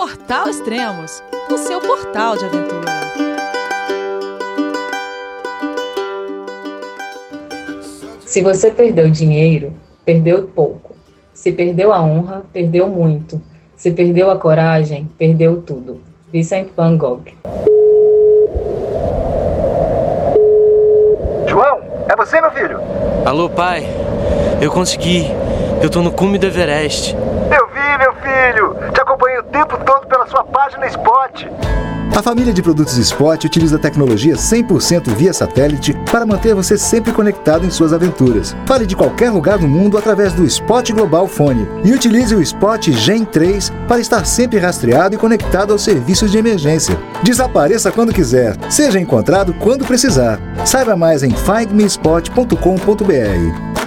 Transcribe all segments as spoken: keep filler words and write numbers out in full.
Portal Extremos, o seu portal de aventura. Se você perdeu dinheiro, perdeu pouco. Se perdeu a honra, perdeu muito. Se perdeu a coragem, perdeu tudo. Vincent van Gogh. João, é você, meu filho? Alô, pai. Eu consegui. Eu tô no cume do Everest. Eu vi, meu filho. Te acompanhei o tempo todo pela sua página Spot. A família de produtos Spot utiliza tecnologia cem por cento via satélite para manter você sempre conectado em suas aventuras. Fale de qualquer lugar do mundo através do Spot Global Fone e utilize o Spot Gen três para estar sempre rastreado e conectado aos serviços de emergência. Desapareça quando quiser, seja encontrado quando precisar. Saiba mais em find me spot ponto com ponto b r.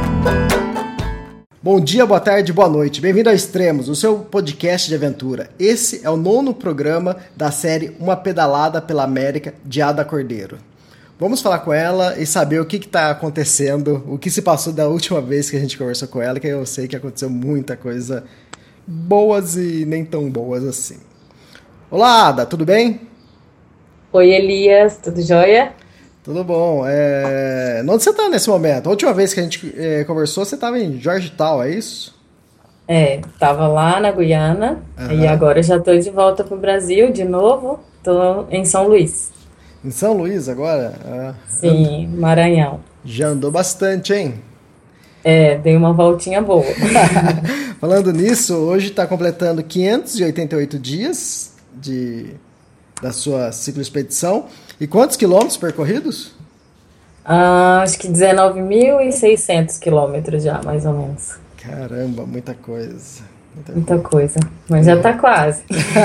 Bom dia, boa tarde, boa noite. Bem-vindo ao Extremos, o seu podcast de aventura. Esse é o nono programa da série Uma Pedalada pela América, de Ada Cordeiro. Vamos falar com ela e saber o que está acontecendo, o que se passou da última vez que a gente conversou com ela, que eu sei que aconteceu muita coisa boas e nem tão boas assim. Olá, Ada, tudo bem? Oi, Elias, tudo jóia? Tudo bom. É... Onde você está nesse momento? A última vez que a gente é, conversou, você estava em Georgetown, é isso? É, estava lá na Guiana, uhum. E agora já estou de volta para o Brasil de novo. Estou em São Luís. Em São Luís agora? Ah, Sim, and... Maranhão. Já andou bastante, hein? É, dei uma voltinha boa. Falando nisso, hoje está completando quinhentos e oitenta e oito dias de... da sua cicloexpedição. E quantos quilômetros percorridos? Ah, acho que dezenove mil e seiscentos quilômetros já, mais ou menos. Caramba, muita coisa. Muita, muita coisa. coisa, mas é. Já tá quase.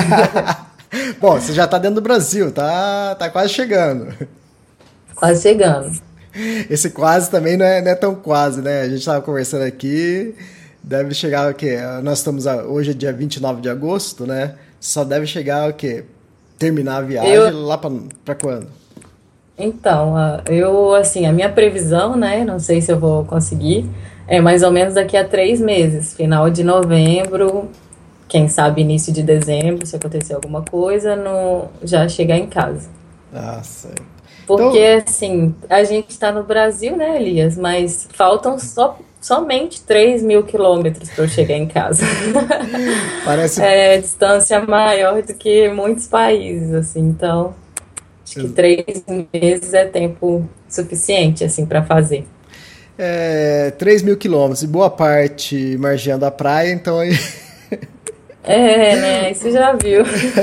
Bom, você já tá dentro do Brasil, tá, tá quase chegando. Quase chegando. Esse quase também não é, não é tão quase, né? A gente tava conversando aqui, deve chegar o quê? Nós estamos, a, hoje é dia vinte e nove de agosto, né? Só deve chegar o quê? Terminar a viagem eu... lá pra, pra quando? Então, eu, assim, a minha previsão, né, não sei se eu vou conseguir, é mais ou menos daqui a três meses, final de novembro, quem sabe início de dezembro, se acontecer alguma coisa, no, já chegar em casa. Ah, certo. Porque, então... assim, a gente tá no Brasil, né, Elias, mas faltam só... somente três mil quilômetros para eu chegar em casa. Parece... É distância maior do que muitos países, assim. Então, acho que três meses é tempo suficiente, assim, para fazer. É, três mil quilômetros, e boa parte margeando a praia, então aí... É, né? Isso já viu.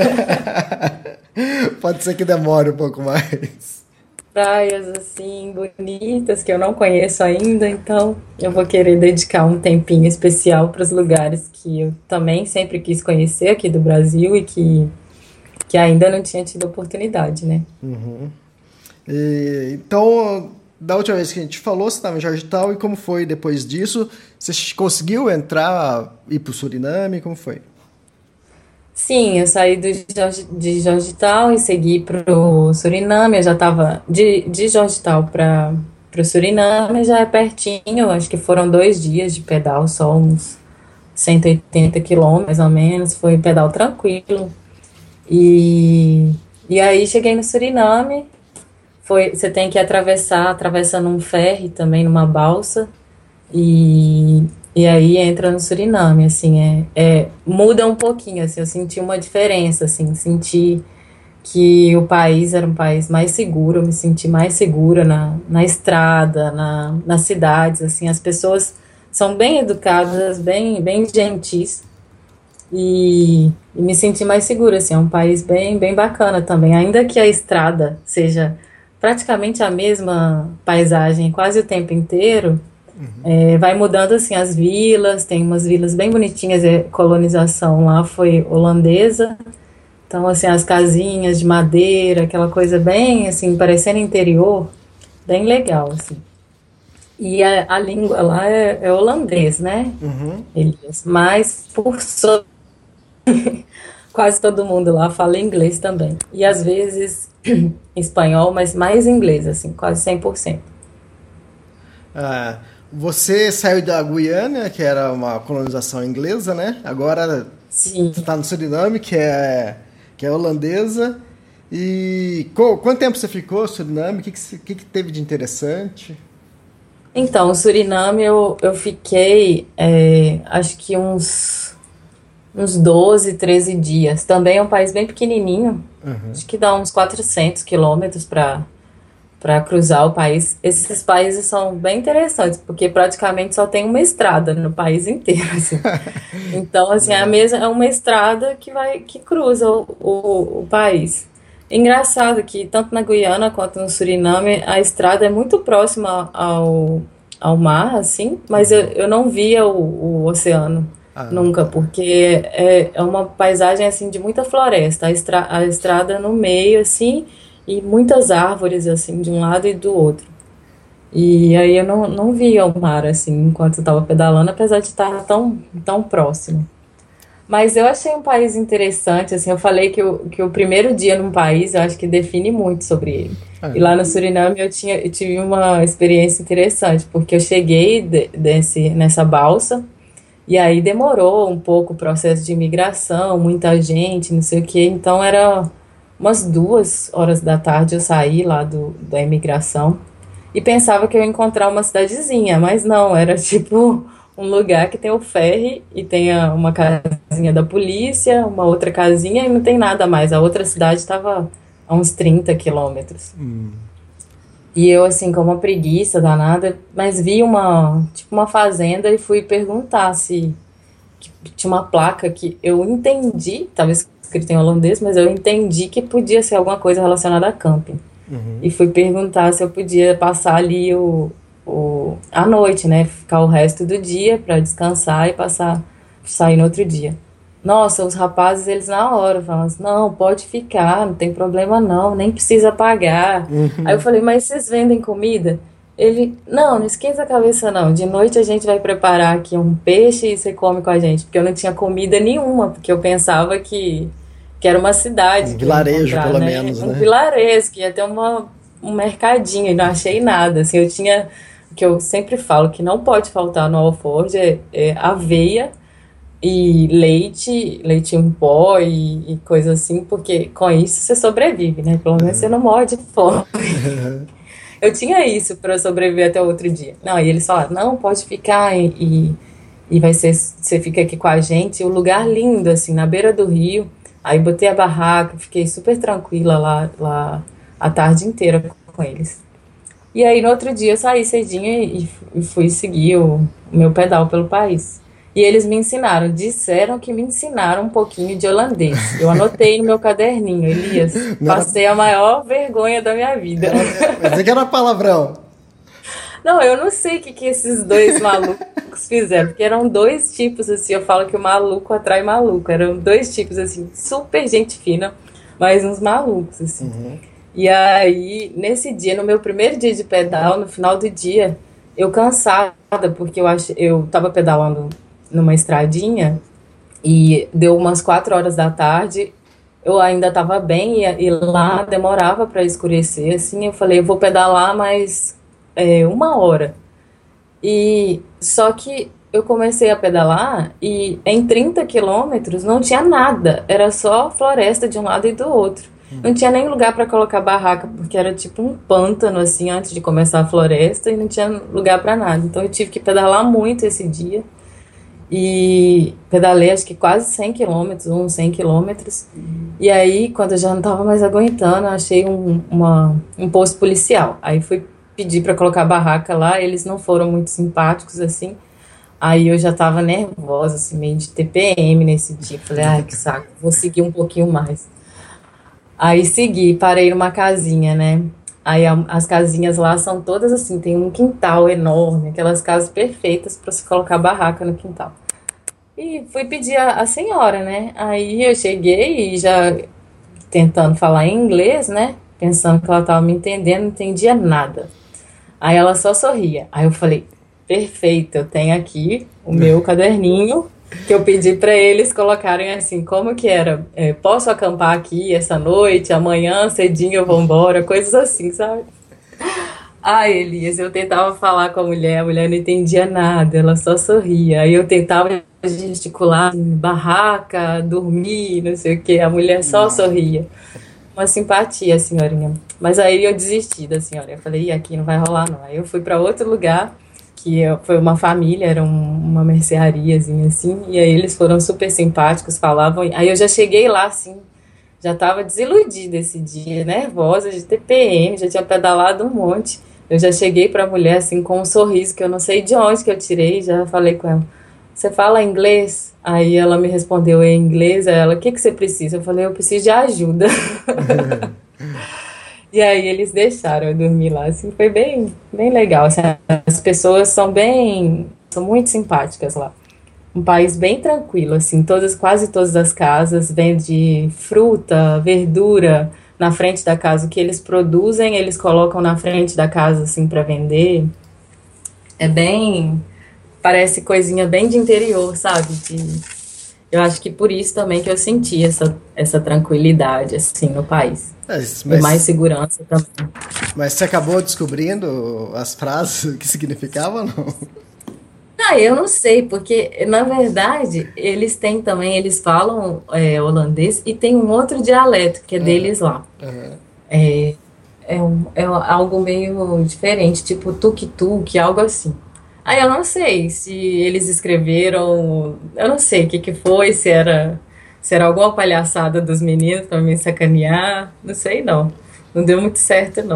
Pode ser que demore um pouco mais. Praias, assim, bonitas, que eu não conheço ainda, então eu vou querer dedicar um tempinho especial para os lugares que eu também sempre quis conhecer aqui do Brasil e que, que ainda não tinha tido oportunidade, né? Uhum. E, então, da última vez que a gente falou, você estava em Georgetown, e como foi depois disso? Você conseguiu entrar, ir para o Suriname, como foi? Sim, eu saí do Jorge, de Georgetown e segui para o Suriname. Eu já estava de, de Georgetown para o Suriname, já é pertinho, acho que foram dois dias de pedal, só uns cento e oitenta quilômetros, mais ou menos, foi pedal tranquilo. E, e aí cheguei no Suriname, foi, você tem que atravessar, atravessando um ferry também, numa balsa, e... E aí entra no Suriname, assim, é, é, muda um pouquinho, assim, eu senti uma diferença, assim, senti que o país era um país mais seguro, eu me senti mais segura na, na estrada, na, nas cidades, assim, as pessoas são bem educadas, bem, bem gentis, e, e me senti mais segura, assim, é um país bem, bem bacana também, ainda que a estrada seja praticamente a mesma paisagem quase o tempo inteiro. Uhum. É, vai mudando assim as vilas, tem umas vilas bem bonitinhas, a colonização lá foi holandesa, então assim as casinhas de madeira, aquela coisa bem assim, parecendo interior, bem legal assim. E a, a língua lá é, é holandês, né? Uhum. Elias, mas por so... quase todo mundo lá fala inglês também, e às vezes espanhol, mas mais inglês assim, quase cem por cento. Ah, você saiu da Guiana, que era uma colonização inglesa, né? Agora Sim. Você está no Suriname, que é, que é holandesa. E co, quanto tempo você ficou no Suriname? O que, que, que, que teve de interessante? Então, o Suriname eu, eu fiquei, é, acho que uns, uns doze, treze dias. Também é um país bem pequenininho. Uhum. Acho que dá uns quatrocentos quilômetros para para cruzar o país. Esses países são bem interessantes, porque praticamente só tem uma estrada no país inteiro, assim. Então, assim, é, a mesma, é uma estrada que, vai, que cruza o, o, o país. Engraçado que, tanto na Guiana quanto no Suriname, a estrada é muito próxima ao, ao mar, assim, mas eu, eu não via o, o oceano ah, nunca, porque é, é uma paisagem, assim, de muita floresta. A, estra, a estrada no meio, assim, e muitas árvores, assim, de um lado e do outro. E aí eu não, não via o mar, assim, enquanto eu estava pedalando, apesar de estar tão, tão próximo. Mas eu achei um país interessante, assim, eu falei que o, que o primeiro dia num país, eu acho que define muito sobre ele. Ah, e lá no Suriname eu, tinha, eu tive uma experiência interessante, porque eu cheguei de, desse, nessa balsa, e aí demorou um pouco o processo de imigração, muita gente, não sei o quê, então era umas duas horas da tarde eu saí lá do, da imigração e pensava que eu ia encontrar uma cidadezinha, mas não, era tipo um lugar que tem o ferry e tem uma casinha da polícia, uma outra casinha e não tem nada mais. A outra cidade estava a uns trinta quilômetros. Hum. E eu, assim, com uma preguiça danada, mas vi uma, tipo, uma fazenda e fui perguntar se tinha uma placa que eu entendi, talvez escrito em holandês, mas eu entendi que podia ser alguma coisa relacionada a camping. Uhum. E fui perguntar se eu podia passar ali o, o, a noite, né? Ficar o resto do dia para descansar e passar, sair no outro dia. Nossa, os rapazes, eles na hora falam assim, não, pode ficar, não tem problema não, nem precisa pagar. Uhum. Aí eu falei, mas vocês vendem comida? Ele, não, não esquenta a cabeça não, de noite a gente vai preparar aqui um peixe e você come com a gente, porque eu não tinha comida nenhuma, porque eu pensava que que era uma cidade. Um vilarejo, pelo né? menos, um né? Um vilarejo, que ia ter uma, um mercadinho, e não achei nada. Assim, eu tinha, o que eu sempre falo, que não pode faltar no alforje é, é aveia e leite, leite em pó e, e coisa assim, porque com isso você sobrevive, né? Pelo menos você não morre de fome. Eu tinha isso para sobreviver até o outro dia. Não, e eles falaram, não, pode ficar e, e, e vai ser, você fica aqui com a gente. O lugar lindo, assim, na beira do rio. Aí botei a barraca, fiquei super tranquila lá, lá a tarde inteira com eles. E aí no outro dia eu saí cedinho e, e fui seguir o, o meu pedal pelo país. E eles me ensinaram, disseram que me ensinaram um pouquinho de holandês. Eu anotei no meu caderninho, Elias, não, passei a maior vergonha da minha vida. Mas é que era palavrão. Não, eu não sei o que, que esses dois malucos fizeram, porque eram dois tipos, assim, eu falo que o maluco atrai maluco, eram dois tipos, assim, super gente fina, mas uns malucos, assim. Uhum. E aí, nesse dia, no meu primeiro dia de pedal, no final do dia, eu cansada, porque eu, ach... eu tava pedalando numa estradinha, e deu umas quatro horas da tarde, eu ainda tava bem, e, e lá demorava para escurecer, assim, eu falei, eu vou pedalar, mas... É, uma hora. E só que eu comecei a pedalar e em trinta quilômetros não tinha nada, era só floresta de um lado e do outro. Hum. Não tinha nem lugar para colocar barraca, porque era tipo um pântano assim antes de começar a floresta e não tinha lugar para nada. Então eu tive que pedalar muito esse dia e pedalei acho que quase cem quilômetros, uns cem quilômetros. Hum. E aí, quando eu já não estava mais aguentando, eu achei um, uma, um posto policial. Aí fui pedi para colocar a barraca lá, eles não foram muito simpáticos, assim, aí eu já tava nervosa, assim, meio de T P M nesse dia, falei, ai, que saco, vou seguir um pouquinho mais. Aí segui, parei numa casinha, né, aí a, as casinhas lá são todas assim, tem um quintal enorme, aquelas casas perfeitas para se colocar barraca no quintal. E fui pedir a, a senhora, né, aí eu cheguei e já tentando falar em inglês, né, pensando que ela tava me entendendo, não entendia nada. Aí ela só sorria. Aí eu falei, perfeito, eu tenho aqui o meu caderninho que eu pedi para eles colocarem assim, como que era? É, posso acampar aqui essa noite, amanhã cedinho eu vou embora, coisas assim, sabe? Ah, Elias, eu tentava falar com a mulher, a mulher não entendia nada, ela só sorria. Aí eu tentava gesticular, barraca, dormir, não sei o que, a mulher só sorria. Uma simpatia, a senhorinha. Mas aí eu desisti da senhora, eu falei, Ih, aqui não vai rolar não. Aí eu fui para outro lugar, que foi uma família, era um, uma merceariazinha assim, e aí eles foram super simpáticos, falavam, aí eu já cheguei lá assim, já estava desiludida esse dia, nervosa de T P M, já tinha pedalado um monte. Eu já cheguei para a mulher assim com um sorriso que eu não sei de onde que eu tirei, já falei com ela, você fala inglês? Aí ela me respondeu em inglês, aí ela, o que, que você precisa? Eu falei, eu preciso de ajuda. E aí eles deixaram eu dormir lá, assim, foi bem, bem legal. Assim, as pessoas são bem, são muito simpáticas lá. Um país bem tranquilo, assim, todas, quase todas as casas vende fruta, verdura na frente da casa. O que eles produzem, eles colocam na frente da casa, assim, para vender. É bem, parece coisinha bem de interior, sabe? De, eu acho que por isso também que eu senti essa, essa tranquilidade, assim, no país. Mas, e mais segurança também. Mas você acabou descobrindo as frases, o que significavam, não? Ah, eu não sei, porque, na verdade, eles têm também, eles falam é, holandês e tem um outro dialeto, que é uhum. deles lá. Uhum. É, é, um, é algo meio diferente, tipo tuk-tuk, algo assim. Aí eu não sei se eles escreveram, eu não sei o que que foi, se era, se era alguma palhaçada dos meninos pra me sacanear, não sei não. Não deu muito certo, não.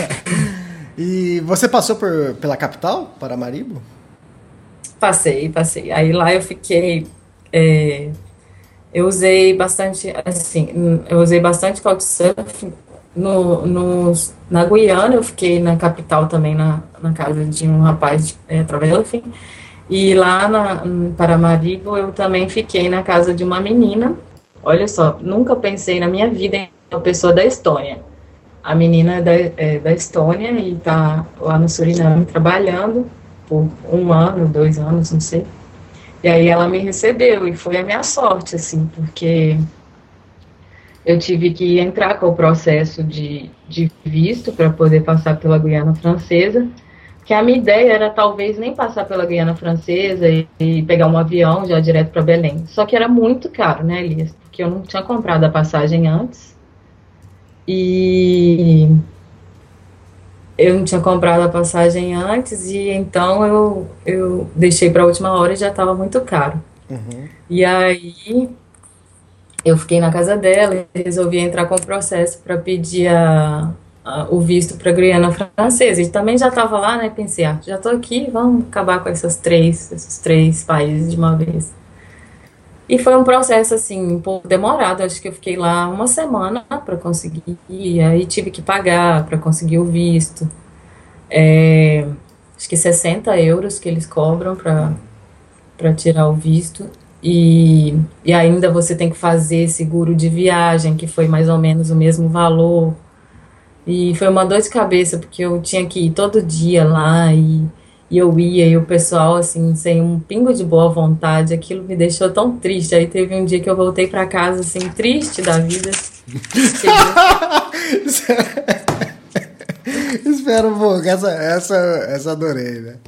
E você passou por, pela capital, Paramaribo? Passei, passei. Aí lá eu fiquei, é, eu usei bastante, assim, eu usei bastante couchsurfing no, no, na Guiana, eu fiquei na capital também, na, na casa de um rapaz é, traveling, e lá na, em Paramaribo eu também fiquei na casa de uma menina. Olha só, nunca pensei na minha vida em uma pessoa da Estônia. A menina é da, é, da Estônia e tá lá no Suriname trabalhando por um ano, dois anos, não sei. E aí ela me recebeu e foi a minha sorte, assim, porque eu tive que entrar com o processo de, de visto para poder passar pela Guiana Francesa, que a minha ideia era talvez nem passar pela Guiana Francesa e, e pegar um avião já direto para Belém. Só que era muito caro, né, Elias? Porque eu não tinha comprado a passagem antes. E eu não tinha comprado a passagem antes e então eu, eu deixei para a última hora e já estava muito caro. Uhum. E aí eu fiquei na casa dela e resolvi entrar com o processo para pedir a, a, o visto para a Guiana Francesa. E também já estava lá, né? Pensei, ah, já estou aqui, vamos acabar com essas três, esses três países de uma vez. E foi um processo, assim, um pouco demorado. Acho que eu fiquei lá uma semana para conseguir. E aí tive que pagar para conseguir o visto. É, acho que sessenta euros que eles cobram para tirar o visto. E, e ainda você tem que fazer seguro de viagem, que foi mais ou menos o mesmo valor. E foi uma dor de cabeça, porque eu tinha que ir todo dia lá e... E eu ia, e o pessoal, assim, sem um pingo de boa vontade, aquilo me deixou tão triste. Aí teve um dia que eu voltei pra casa, assim, triste da vida. Espera um pouco, essa, essa, essa adorei, né?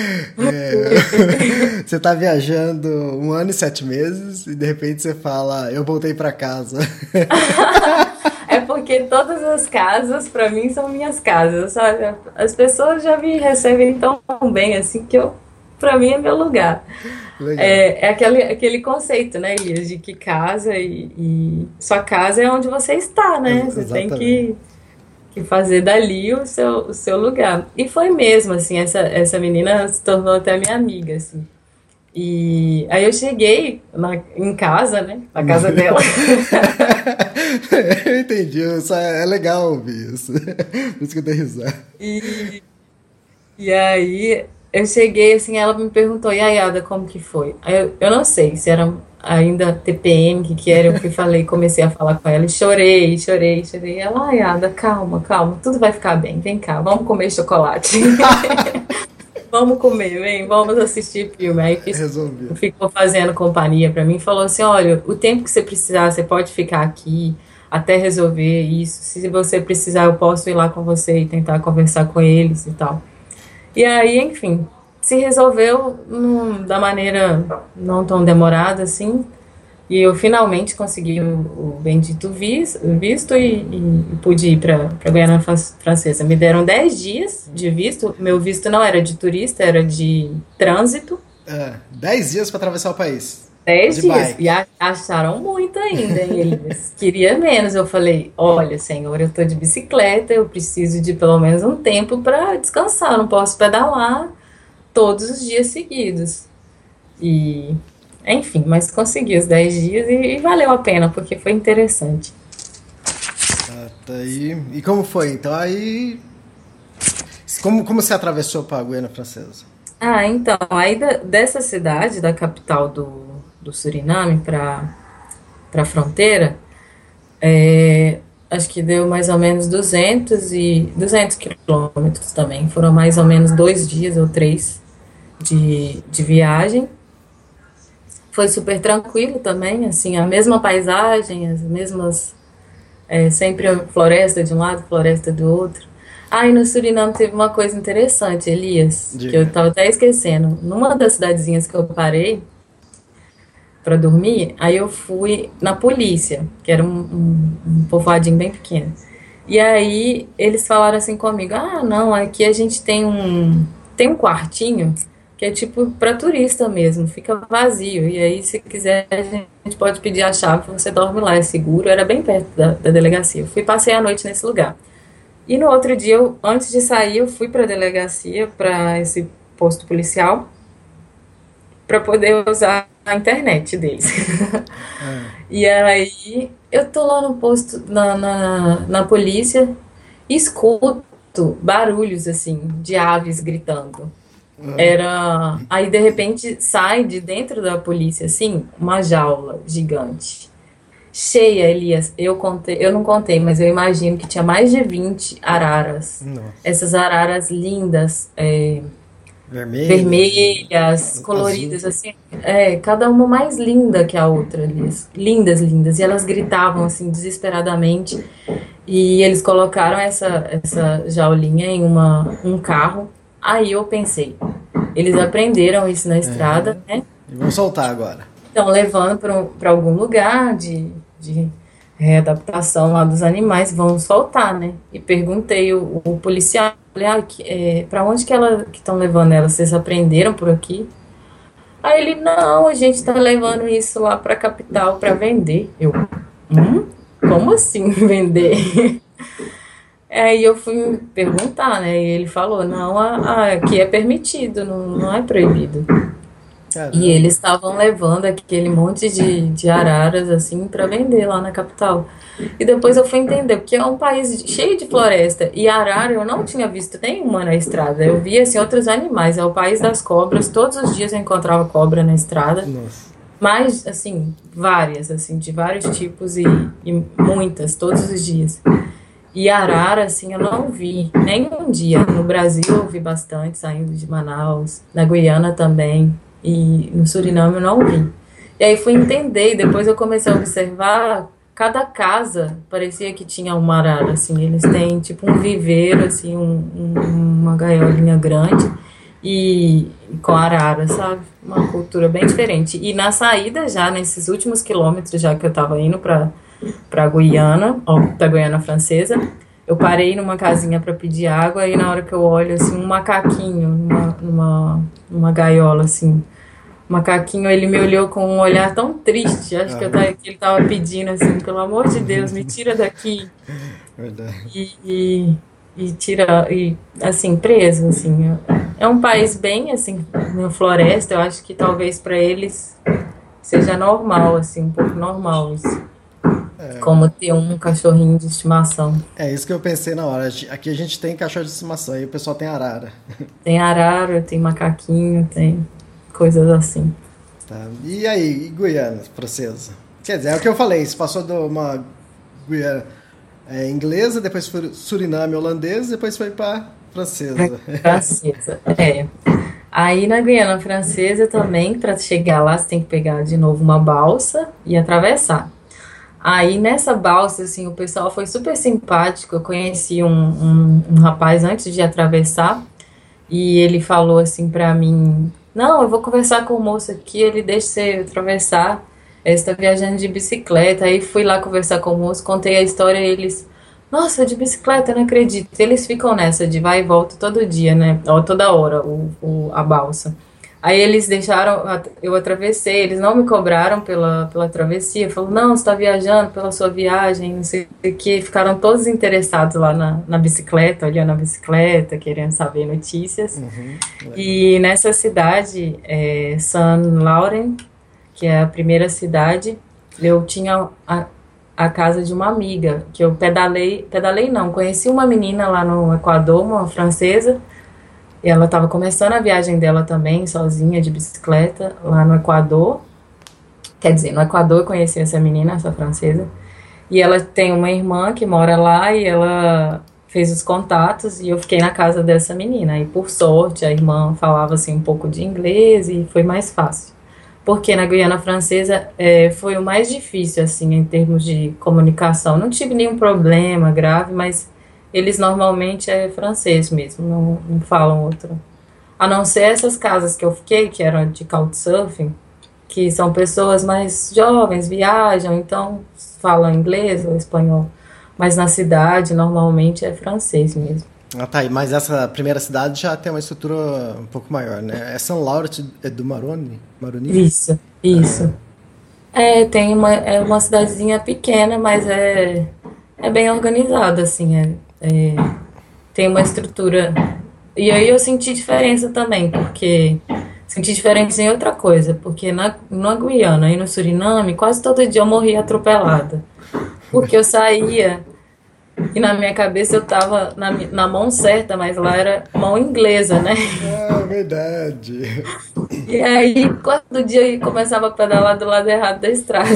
É, você tá viajando um ano e sete meses e de repente você fala, eu voltei pra casa. É porque todas as casas, pra mim, são minhas casas, sabe? As pessoas já me recebem tão bem, assim, que eu, pra mim é meu lugar. É, é aquele, aquele conceito, né, Elias, de que casa e, e sua casa é onde você está, né? Você Exatamente. tem que, que fazer dali o seu, o seu lugar. E foi mesmo, assim, essa, essa menina se tornou até minha amiga, assim. E aí eu cheguei na, em casa, né? Na casa dela. Eu entendi, isso é legal ouvir isso. Por isso que eu dei risada. E, e aí eu cheguei assim, ela me perguntou, e aí, Ada, como que foi? Aí eu, eu não sei se era ainda T P M, o que que era, eu fui, falei, comecei a falar com ela e chorei, chorei, chorei. Ela, ai, Ada, calma, calma, tudo vai ficar bem, vem cá, vamos comer chocolate. vamos comer, vem, vamos assistir filme. Aí fiz, ficou fazendo companhia pra mim, falou assim, olha, o tempo que você precisar, você pode ficar aqui até resolver isso. Se você precisar, eu posso ir lá com você e tentar conversar com eles e tal. E aí, enfim, se resolveu num, da maneira não tão demorada assim. E eu finalmente consegui o, o bendito vis, visto e, e, e pude ir para a Guiana Francesa. Me deram dez dias de visto. Meu visto não era de turista, era de trânsito. É, dez dias para atravessar o país. dez dias. Bike. E a, acharam muito ainda, hein, eles. Queria menos. Eu falei, olha, senhor, eu estou de bicicleta, eu preciso de pelo menos um tempo para descansar. Eu não posso pedalar todos os dias seguidos. E... Enfim, mas consegui os dez dias e, e valeu a pena, porque foi interessante. Ah, tá aí. E como foi? Então, aí... Como, como você atravessou para a Guiana Francesa? Ah, então, aí da, dessa cidade, da capital do, do Suriname, para a fronteira, é, acho que deu mais ou menos duzentos, e, duzentos quilômetros também. Foram mais ou menos dois dias ou três de, de viagem. Foi super tranquilo também, assim, a mesma paisagem, as mesmas, é, sempre a floresta de um lado, floresta do outro. Ah, e no Suriname teve uma coisa interessante, Elias, Diga. que eu estava até esquecendo. Numa das cidadezinhas que eu parei para dormir, aí eu fui na polícia, que era um, um, um povoadinho bem pequeno. E aí eles falaram assim comigo, ah, não, aqui a gente tem um, tem um quartinho que é tipo para turista mesmo, fica vazio, e aí se quiser a gente pode pedir a chave, você dorme lá, é seguro. Era bem perto da, da delegacia. Eu fui, passei a noite nesse lugar. E no outro dia, eu, antes de sair, eu fui para a delegacia, para esse posto policial, para poder usar a internet deles. É. E aí eu tô lá no posto, na, na, na polícia, e escuto barulhos assim de aves gritando. Era, aí de repente sai de dentro da polícia assim uma jaula gigante, cheia, Elias, eu contei, eu não contei, mas eu imagino que tinha mais de vinte araras. Nossa. Essas araras lindas, é, vermelhas, vermelhas coloridas azul. Assim, é, cada uma mais linda que a outra, Elias, lindas, lindas, e elas gritavam assim desesperadamente, e eles colocaram essa, essa jaulinha em uma, um carro. Aí eu pensei, eles aprenderam isso na estrada, é. né? E vão soltar agora. Estão levando para algum lugar de, de readaptação lá dos animais, vão soltar, né? E perguntei o, o policial, ah, é, para onde que ela que estão levando ela? Vocês aprenderam por aqui? Aí ele, não, a gente está levando isso lá para a capital para vender. Eu, hum? Como assim vender? Aí eu fui perguntar, né, e ele falou, não, a, a, aqui é permitido, não, não é proibido. Caramba. E eles estavam levando aquele monte de, de araras, assim, para vender lá na capital. E depois eu fui entender, porque é um país cheio de floresta, e arara eu não tinha visto nenhuma na estrada. Eu via, assim, outros animais, é o país das cobras, todos os dias eu encontrava cobra na estrada. Nossa. Mas, assim, várias, assim, de vários tipos e, e muitas, todos os dias. E arara, assim, eu não vi nem um dia. No Brasil eu vi bastante, saindo de Manaus, na Guiana também, e no Suriname eu não vi. E aí fui entender, e depois eu comecei a observar, cada casa parecia que tinha uma arara, assim, eles têm tipo um viveiro, assim, um, um, uma gaiolinha grande, e com arara, sabe? Uma cultura bem diferente. E na saída já, nesses últimos quilômetros, já que eu tava indo para para Guiana, ó, para Guiana Francesa, eu parei numa casinha para pedir água, e na hora que eu olho, assim, um macaquinho numa, numa, numa gaiola, assim, o macaquinho, ele me olhou com um olhar tão triste, acho ah, que, eu tava, que ele tava pedindo, assim, pelo amor de Deus, me tira daqui. Verdade. E, e, e tira, e, assim, preso, assim, é um país bem, assim, na floresta, eu acho que talvez para eles seja normal, assim, um pouco normal isso. É. Como ter um cachorrinho de estimação. É isso que eu pensei na hora. Aqui a gente tem cachorro de estimação, aí o pessoal tem arara. Tem arara, tem macaquinho, tem coisas assim. Tá. E aí, e Guiana Francesa? Quer dizer, é o que eu falei, você passou de uma Guiana é, inglesa, depois foi Suriname holandesa, depois foi para francesa. Francesa, é. Aí na Guiana Francesa também, para chegar lá, você tem que pegar de novo uma balsa e atravessar. Aí nessa balsa, assim, o pessoal foi super simpático. Eu conheci um, um, um rapaz antes de atravessar e ele falou assim pra mim: não, eu vou conversar com o moço aqui, ele deixa você atravessar. Ele está viajando de bicicleta. Aí fui lá conversar com o moço, contei a história e eles: nossa, de bicicleta, eu não acredito. Eles ficam nessa de vai e volta todo dia, né? Ou toda hora, o, o, a balsa. Aí eles deixaram, eu atravessei, eles não me cobraram pela, pela travessia. Falaram: não, você está viajando pela sua viagem, não sei o que. Ficaram todos interessados lá na, na bicicleta, olhando a bicicleta, querendo saber notícias. Uhum. E nessa cidade, é, Saint Laurent, que é a primeira cidade, eu tinha a, a casa de uma amiga, que eu pedalei, pedalei não, conheci uma menina lá no Equador, uma francesa, e ela estava começando a viagem dela também, sozinha, de bicicleta, lá no Equador. Quer dizer, no Equador eu conheci essa menina, essa francesa, e ela tem uma irmã que mora lá, e ela fez os contatos, e eu fiquei na casa dessa menina, e por sorte a irmã falava assim um pouco de inglês, e foi mais fácil. Porque na Guiana Francesa é, foi o mais difícil, assim, em termos de comunicação. Não tive nenhum problema grave, mas eles normalmente é francês mesmo, não, não falam outro. A não ser essas casas que eu fiquei, que eram de couchsurfing, que são pessoas mais jovens, viajam, então falam inglês ou espanhol. Mas na cidade, normalmente, é francês mesmo. Ah, tá. Mas essa primeira cidade já tem uma estrutura um pouco maior, né? É Saint Laurent do Maroni? Maroni? Isso, isso. É, é tem uma, é uma cidadezinha pequena, mas é, é bem organizada, assim. É, é, tem uma estrutura. E aí eu senti diferença também, porque... Senti diferença em outra coisa, porque na, na Guiana e no Suriname, quase todo dia eu morria atropelada. Porque eu saía... E na minha cabeça eu tava na, na mão certa, mas lá era mão inglesa, né? É verdade. E aí, quando dia eu começava a pedalar do lado errado da estrada.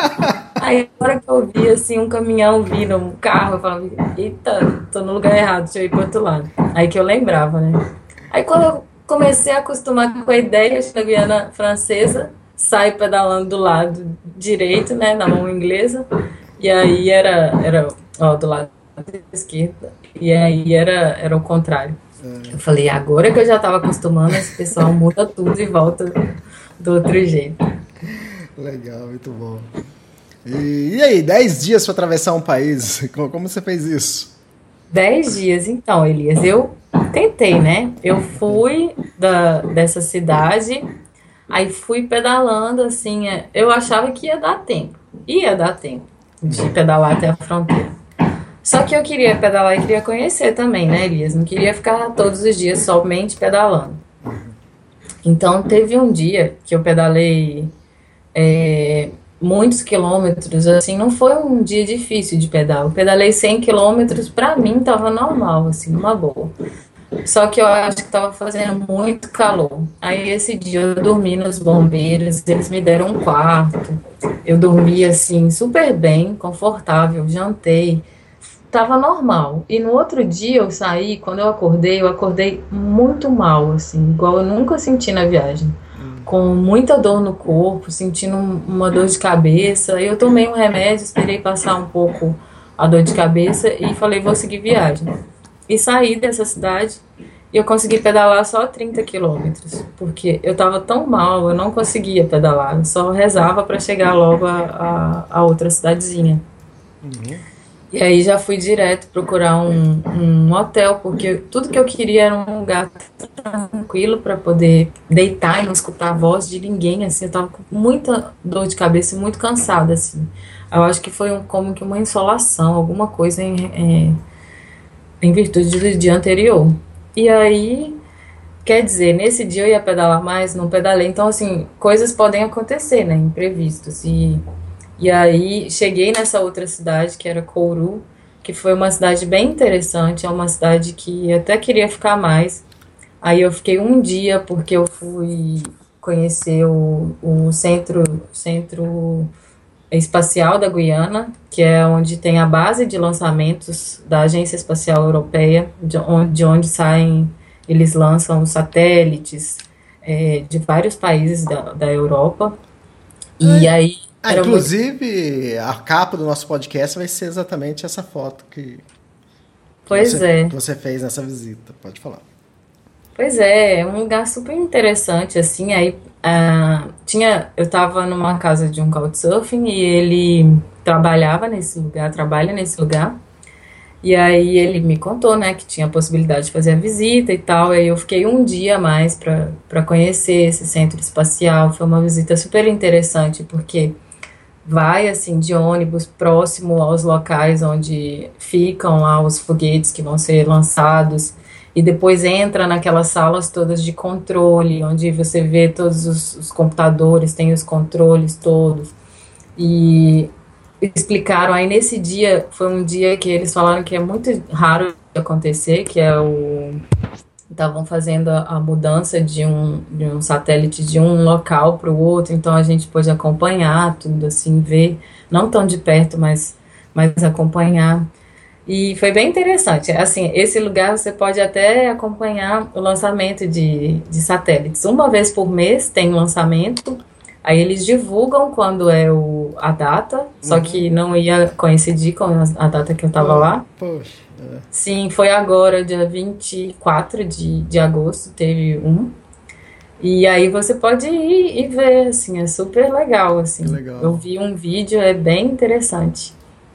Aí, na hora que eu via, assim, um caminhão vindo, um carro, eu falava: eita, tô no lugar errado, deixa eu ir pro outro lado. Aí que eu lembrava, né? Aí, quando eu comecei a acostumar com a ideia da Guiana Francesa, saio pedalando do lado direito, né, na mão inglesa. E aí era, era ó, do lado esquerdo, e aí era, era o contrário. É. Eu falei: agora que eu já estava acostumando, esse pessoal muda tudo e volta do outro jeito. Legal, muito bom. E, e aí, dez dias para atravessar um país, como você fez isso? Dez dias, então, Elias, eu tentei, né? Eu fui da, dessa cidade, aí fui pedalando, assim, eu achava que ia dar tempo, ia dar tempo de pedalar até a fronteira. Só que eu queria pedalar e queria conhecer também, né, Elias? Não queria ficar todos os dias somente pedalando. Então, teve um dia que eu pedalei é, muitos quilômetros, assim, não foi um dia difícil de pedal. Eu pedalei cem quilômetros, pra mim tava normal, assim, uma boa. Só que eu acho que tava fazendo muito calor. Aí esse dia eu dormi nos bombeiros, eles me deram um quarto. Eu dormi assim, super bem, confortável, jantei. Tava normal. E no outro dia eu saí, quando eu acordei, eu acordei muito mal, assim, igual eu nunca senti na viagem. Com muita dor no corpo, sentindo uma dor de cabeça. Eu tomei um remédio, esperei passar um pouco a dor de cabeça e falei: vou seguir viagem. E saí dessa cidade e eu consegui pedalar só trinta quilômetros, porque eu estava tão mal, eu não conseguia pedalar, eu só rezava para chegar logo a, a, a outra cidadezinha. Uhum. E aí já fui direto procurar um, um hotel, porque tudo que eu queria era um lugar tranquilo para poder deitar e não escutar a voz de ninguém, assim, eu estava com muita dor de cabeça e muito cansada, assim. Eu acho que foi um, como que uma insolação, alguma coisa em... em em virtude do dia anterior. E aí, quer dizer, nesse dia eu ia pedalar mais, não pedalei. Então, assim, coisas podem acontecer, né, imprevistos. E, e aí, cheguei nessa outra cidade, que era Kourou, que foi uma cidade bem interessante, é uma cidade que eu até queria ficar mais. Aí eu fiquei um dia, porque eu fui conhecer o, o centro... centro espacial da Guiana, que é onde tem a base de lançamentos da Agência Espacial Europeia, de onde, de onde saem, eles lançam os satélites, é, de vários países da, da Europa. E é. aí... Ah, inclusive, muito... a capa do nosso podcast vai ser exatamente essa foto que, pois que, você, é. que você fez nessa visita. Pode falar. Pois é, é um lugar super interessante, assim, aí uh, tinha, eu tava numa casa de um couchsurfing e ele trabalhava nesse lugar, trabalha nesse lugar, e aí ele me contou, né, que tinha a possibilidade de fazer a visita e tal, aí eu fiquei um dia a mais pra, pra conhecer esse centro espacial, foi uma visita super interessante, porque vai, assim, de ônibus próximo aos locais onde ficam lá os foguetes que vão ser lançados, e depois entra naquelas salas todas de controle, onde você vê todos os, os computadores, tem os controles todos. E explicaram, aí nesse dia, foi um dia que eles falaram que é muito raro de acontecer, que é o... estavam fazendo a, a mudança de um, de um satélite de um local para o outro, então a gente pôde acompanhar tudo, assim, ver, não tão de perto, mas, mas acompanhar. E foi bem interessante, assim, esse lugar você pode até acompanhar o lançamento de, de satélites. Uma vez por mês tem um lançamento, aí eles divulgam quando é o, a data, uhum. Só que não ia coincidir com a, a data que eu estava lá. Poxa. É. Sim, foi agora, dia vinte e quatro de, de agosto, teve um. E aí você pode ir e ver, assim, é super legal, assim. Legal. Eu vi um vídeo, é bem interessante.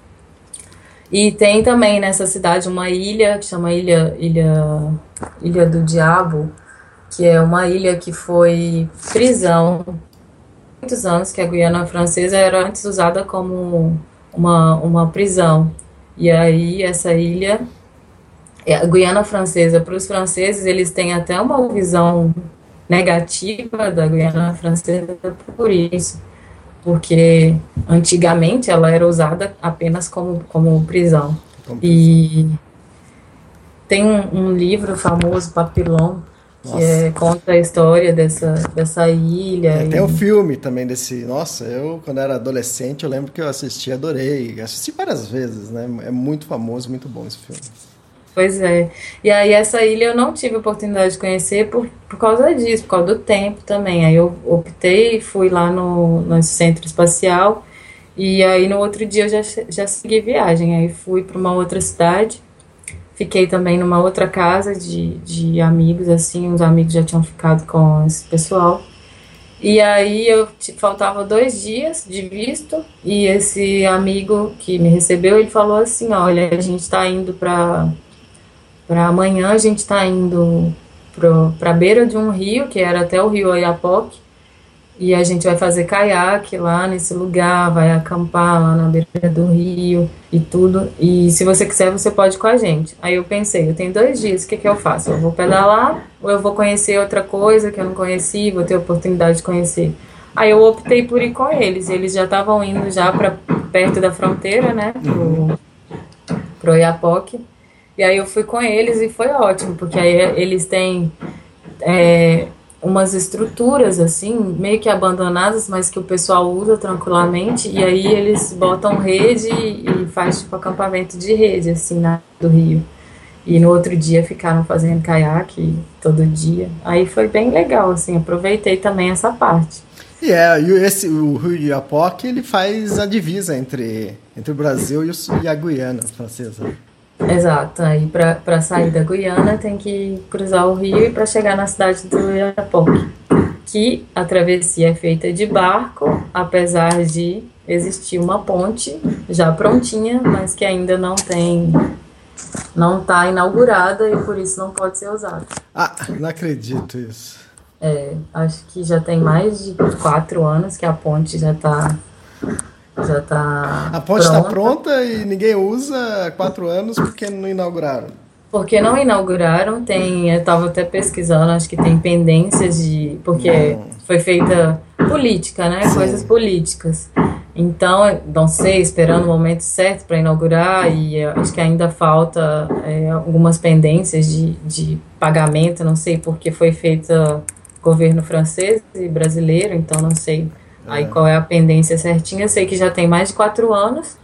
E tem também nessa cidade uma ilha, que chama Ilha, ilha, ilha do Diabo, que é uma ilha que foi prisão há muitos anos, que a Guiana Francesa era antes usada como uma, uma prisão. E aí essa ilha, a Guiana Francesa, para os franceses, eles têm até uma visão negativa da Guiana Francesa por isso. Porque antigamente ela era usada apenas como, como prisão. Como e tem um, um livro famoso, Papillon, que é, conta a história dessa, dessa ilha. É, e... Tem um filme também desse... Nossa, eu quando era adolescente, eu lembro que eu assisti, adorei. Assisti várias vezes, né? É muito famoso, muito bom esse filme. Pois é. E aí essa ilha eu não tive oportunidade de conhecer por, por causa disso, por causa do tempo também. Aí eu optei, fui lá no, no centro espacial e aí no outro dia eu já, já segui viagem. Aí fui para uma outra cidade, fiquei também numa outra casa de, de amigos, assim, os amigos já tinham ficado com esse pessoal. E aí eu faltava dois dias de visto e esse amigo que me recebeu, ele falou assim, olha, a gente está indo para... Para amanhã a gente está indo para a beira de um rio, que era até o rio Oiapoque, e a gente vai fazer caiaque lá nesse lugar, vai acampar lá na beira do rio e tudo, e se você quiser você pode ir com a gente. Aí eu pensei, eu tenho dois dias, o que, que eu faço? Eu vou pedalar ou eu vou conhecer outra coisa que eu não conheci, vou ter a oportunidade de conhecer? Aí eu optei por ir com eles, eles já estavam indo já para perto da fronteira, né, pro, pro Oiapoque. E aí eu fui com eles e foi ótimo, porque aí eles têm é, umas estruturas, assim, meio que abandonadas, mas que o pessoal usa tranquilamente, e aí eles botam rede e faz tipo acampamento de rede, assim, na do rio. E no outro dia ficaram fazendo caiaque todo dia. Aí foi bem legal, assim, aproveitei também essa parte. E é, e esse, o Rio de Iapoque, ele faz a divisa entre, entre o Brasil e, o, e a Guiana Francesa. Exato, aí para sair da Guiana tem que cruzar o rio e para chegar na cidade do Oiapoque, que a travessia é feita de barco, apesar de existir uma ponte já prontinha, mas que ainda não tem, não está inaugurada e por isso não pode ser usada. Ah, não acredito isso. É, acho que já tem mais de quatro anos que a ponte já está já tá A ponte está pronta e ninguém usa há quatro anos porque não inauguraram. Porque não inauguraram, tem, eu estava até pesquisando, acho que tem pendências de, porque hum. foi feita política, né, Sim. coisas políticas. Então, não sei, esperando o momento certo para inaugurar, e acho que ainda falta é, algumas pendências de, de pagamento, não sei, porque foi feita governo francês e brasileiro, então não sei aí é. qual é a pendência certinha. Eu sei que já tem mais de quatro anos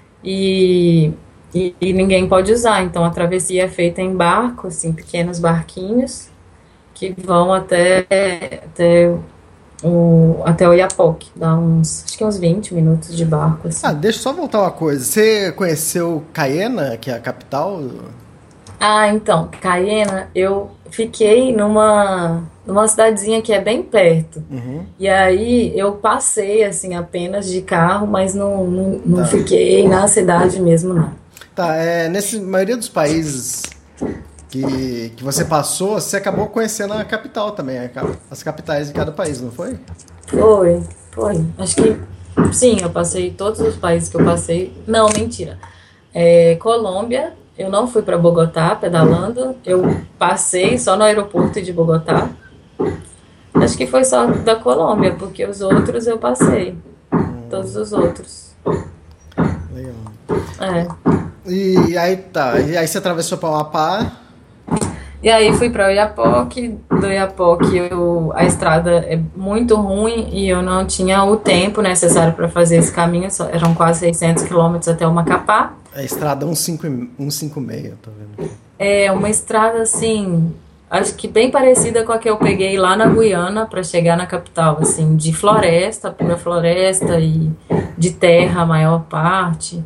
e, e, e ninguém pode usar, então a travessia é feita em barco, assim, pequenos barquinhos, que vão até, até, o, até o Oiapoque. Dá uns, acho que uns vinte minutos de barco. Assim. Ah, deixa eu só voltar uma coisa. Você conheceu Cayena, que é a capital? Ah, então, Cayena, eu fiquei numa, numa cidadezinha que é bem perto. Uhum. E aí eu passei, assim, apenas de carro, mas não, não, não Tá. fiquei na cidade mesmo, não. Tá, é, nessa maioria dos países que, que você passou, você acabou conhecendo a capital também, a cap- as capitais de cada país, não foi? Foi, foi. Acho que, sim, eu passei todos os países que eu passei. Não, mentira. É, Colômbia, eu não fui para Bogotá pedalando, eu passei só no aeroporto de Bogotá. Acho que foi só da Colômbia, porque os outros eu passei. Todos os outros. Legal. É. E aí tá, e aí você atravessou para o Amapá. E aí fui para Oiapoque, do Oiapoque eu, a estrada é muito ruim e eu não tinha o tempo necessário para fazer esse caminho, só, eram quase seiscentos quilômetros até o Macapá. A estrada cento e cinquenta e seis, tô vendo aqui. É uma estrada assim, acho que bem parecida com a que eu peguei lá na Guiana para chegar na capital, assim, de floresta, pura floresta e de terra a maior parte.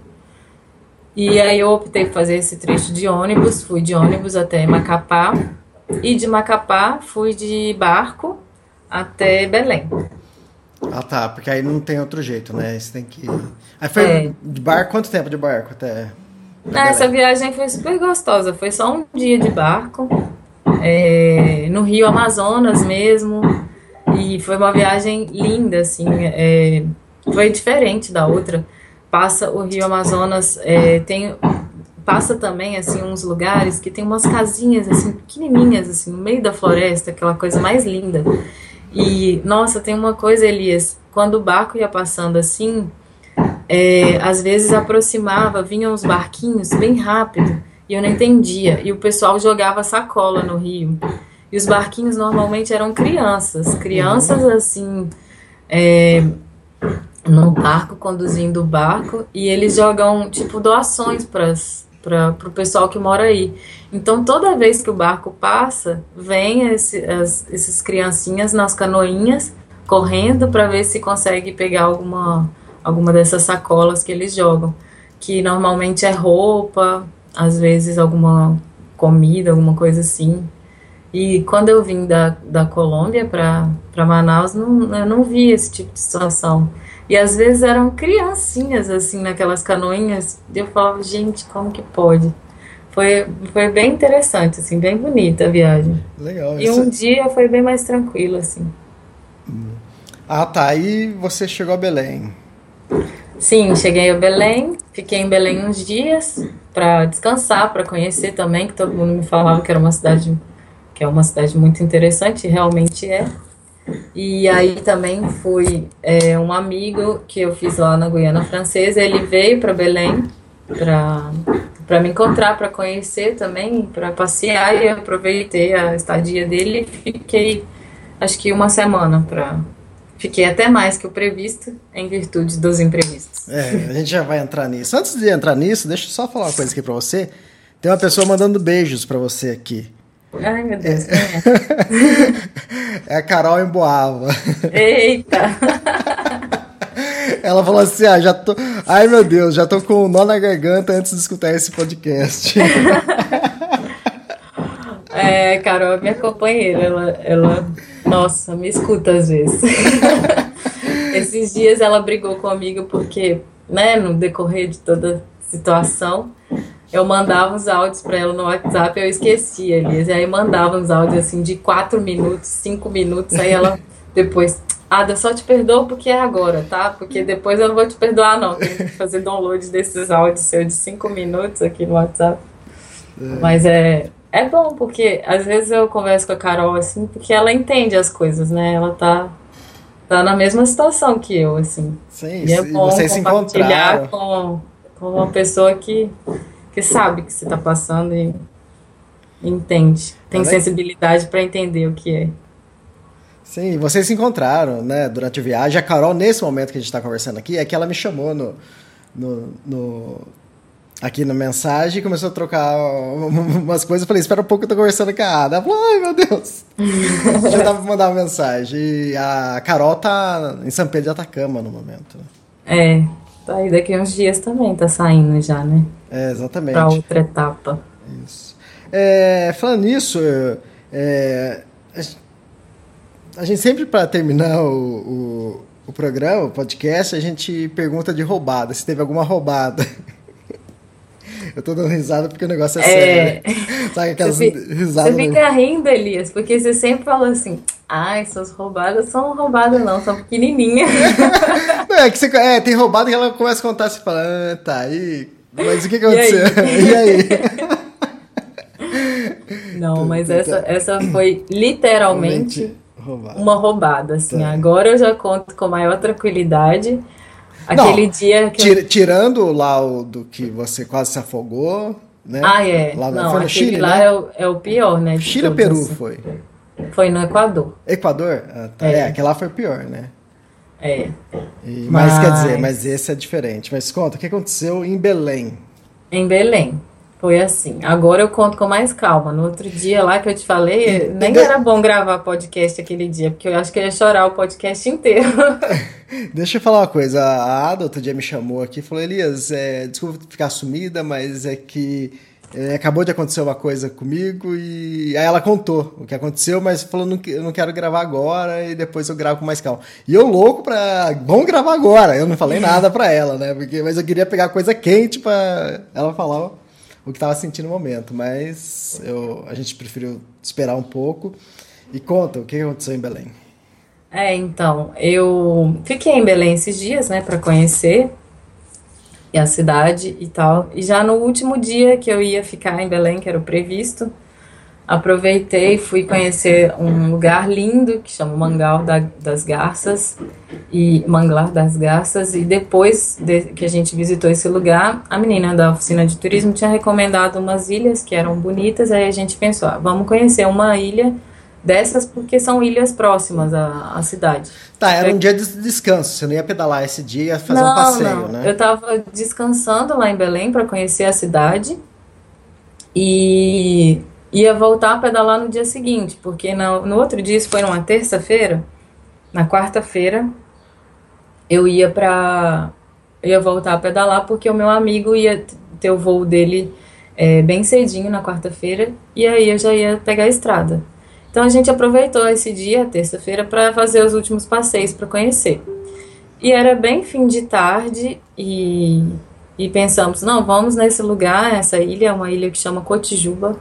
E aí eu optei por fazer esse trecho de ônibus, fui de ônibus até Macapá, e de Macapá fui de barco até Belém. Ah tá, porque aí não tem outro jeito, né? Você tem que. Aí foi É. de barco, quanto tempo de barco até? até Essa Belém? viagem foi super gostosa, foi só um dia de barco, é, no Rio Amazonas mesmo, e foi uma viagem linda, assim, é, foi diferente da outra. Passa o Rio Amazonas, é, tem, passa também, assim, uns lugares que tem umas casinhas, assim, pequenininhas, assim, no meio da floresta, aquela coisa mais linda. E, nossa, tem uma coisa, Elias, quando o barco ia passando assim, é, às vezes aproximava, vinham os barquinhos bem rápido, e eu não entendia, e o pessoal jogava sacola no rio. E os barquinhos normalmente eram crianças, crianças, assim, é, no barco, conduzindo o barco, e eles jogam, tipo, doações para o pessoal que mora aí. Então, toda vez que o barco passa, vem esse, as, esses criancinhas nas canoinhas, correndo para ver se consegue pegar alguma, alguma dessas sacolas que eles jogam, que normalmente é roupa, às vezes alguma comida, alguma coisa assim. E quando eu vim da, da Colômbia para Manaus, não, eu não vi esse tipo de situação. E às vezes eram criancinhas, assim, naquelas canoinhas, e eu falava, gente, como que pode? Foi, foi bem interessante, assim, bem bonita a viagem. Legal. E Isso- um dia foi bem mais tranquilo, assim. Ah tá, aí você chegou a Belém. Sim, cheguei a Belém, fiquei em Belém uns dias para descansar, para conhecer também, que todo mundo me falava que era uma cidade, que é uma cidade muito interessante, e realmente é. E aí também fui, é, um amigo que eu fiz lá na Guiana Francesa, ele veio para Belém para para me encontrar, para conhecer também, para passear, e eu aproveitei a estadia dele e fiquei, acho que uma semana para Fiquei até mais que o previsto, em virtude dos imprevistos. É, a gente já vai entrar nisso. Antes de entrar nisso, deixa eu só falar uma coisa aqui pra você. Tem uma pessoa mandando beijos pra você aqui. Ai, meu Deus. É a Carol Emboava. Eita! Ela falou assim, ah, já tô... Ai, meu Deus, já tô com um nó na garganta antes de escutar esse podcast. É, Carol é minha companheira, ela, ela, nossa, me escuta às vezes. Esses dias ela brigou comigo porque, né, no decorrer de toda a situação, eu mandava uns áudios pra ela no WhatsApp e eu esquecia, Elias. E aí mandava uns áudios assim de quatro minutos, cinco minutos, aí ela depois, ah, eu só te perdoo porque é agora, tá? Porque depois eu não vou te perdoar não, tenho que fazer download desses áudios seus de cinco minutos aqui no WhatsApp. Mas é... É bom, porque às vezes eu converso com a Carol, assim, porque ela entende as coisas, né? Ela tá, tá na mesma situação que eu, assim. Sim, E é e bom vocês se compartilhar encontraram. com, com uma pessoa que, que sabe o que você tá passando e entende. Tem É, né? sensibilidade para entender o que é. Sim, vocês se encontraram, né, durante a viagem. A Carol, nesse momento que a gente tá conversando aqui, é que ela me chamou no... no, no aqui na mensagem, começou a trocar umas coisas. Eu falei, espera um pouco, eu tô conversando com a Ada. Ela falou, ai, meu Deus. Já dava pra mandar uma mensagem. E a Carol tá em São Pedro de Atacama no momento. É, aí daqui uns dias também tá saindo já, né? É, exatamente. Pra outra etapa. Isso. É, falando nisso, é, a gente sempre, para terminar o, o, o programa, o podcast, a gente pergunta de roubada, se teve alguma roubada. Eu tô dando risada porque o negócio é, é... sério. Sabe aquelas você risadas? Você fica rindo, Elias, porque você sempre falou assim, ai, suas roubadas são roubadas não, são pequenininhas. Não, é que você, é, tem roubada que ela começa a contar, você fala, ah, tá, aí, mas o que aconteceu? E aí? E aí? Não, mas essa, essa foi literalmente roubada. Uma roubada, assim. Tá. Agora eu já conto com maior tranquilidade. Aquele Não, dia que tira, eu... Tirando lá o do que você quase se afogou, né? Ah, é. Lá, Não, foi no aquele Chile, lá né? é, o, é o pior, né? Chile ou todos, Peru assim. foi? Foi no Equador. Equador? Ah, tá. É. É, aquele lá foi pior, né? É. E, mas, Mas- quer dizer, mas esse é diferente. Mas conta, o que aconteceu em Belém? Em Belém. Foi assim. Agora eu conto com mais calma. No outro dia lá que eu te falei, nem de- era bom gravar podcast aquele dia, porque eu acho que eu ia chorar o podcast inteiro. Deixa eu falar uma coisa. A Ada outro dia me chamou aqui e falou, Elias, é, desculpa ficar sumida, mas é que é, acabou de acontecer uma coisa comigo e aí ela contou o que aconteceu, mas falou, não, que- eu não quero gravar agora e depois eu gravo com mais calma. E eu louco pra... Vamos gravar agora. Eu não falei nada pra ela, né? Porque, mas eu queria pegar coisa quente pra ela falar o que estava sentindo no momento, mas eu, a gente preferiu esperar um pouco. E conta, o que aconteceu em Belém? É, então, eu fiquei em Belém esses dias, né, para conhecer a cidade e tal. E já no último dia que eu ia ficar em Belém, que era o previsto, aproveitei e fui conhecer um lugar lindo que chama Mangal da- das Garças e Manglar das Garças. E depois de- que a gente visitou esse lugar, a menina da oficina de turismo tinha recomendado umas ilhas que eram bonitas. Aí a gente pensou, ah, vamos conhecer uma ilha dessas porque são ilhas próximas à, à cidade. Tá, era um dia de descanso, você não ia pedalar esse dia, ia fazer um passeio, não. né? Eu tava descansando lá em Belém para conhecer a cidade e ia voltar a pedalar no dia seguinte, porque no, no outro dia, isso foi numa terça-feira, na quarta-feira, eu ia para eu ia voltar a pedalar porque o meu amigo ia t- ter o voo dele é, bem cedinho na quarta-feira e aí eu já ia pegar a estrada. Então a gente aproveitou esse dia, a terça-feira, para fazer os últimos passeios para conhecer. E era bem fim de tarde e, e pensamos, não, vamos nesse lugar, essa ilha é uma ilha que chama Cotijuba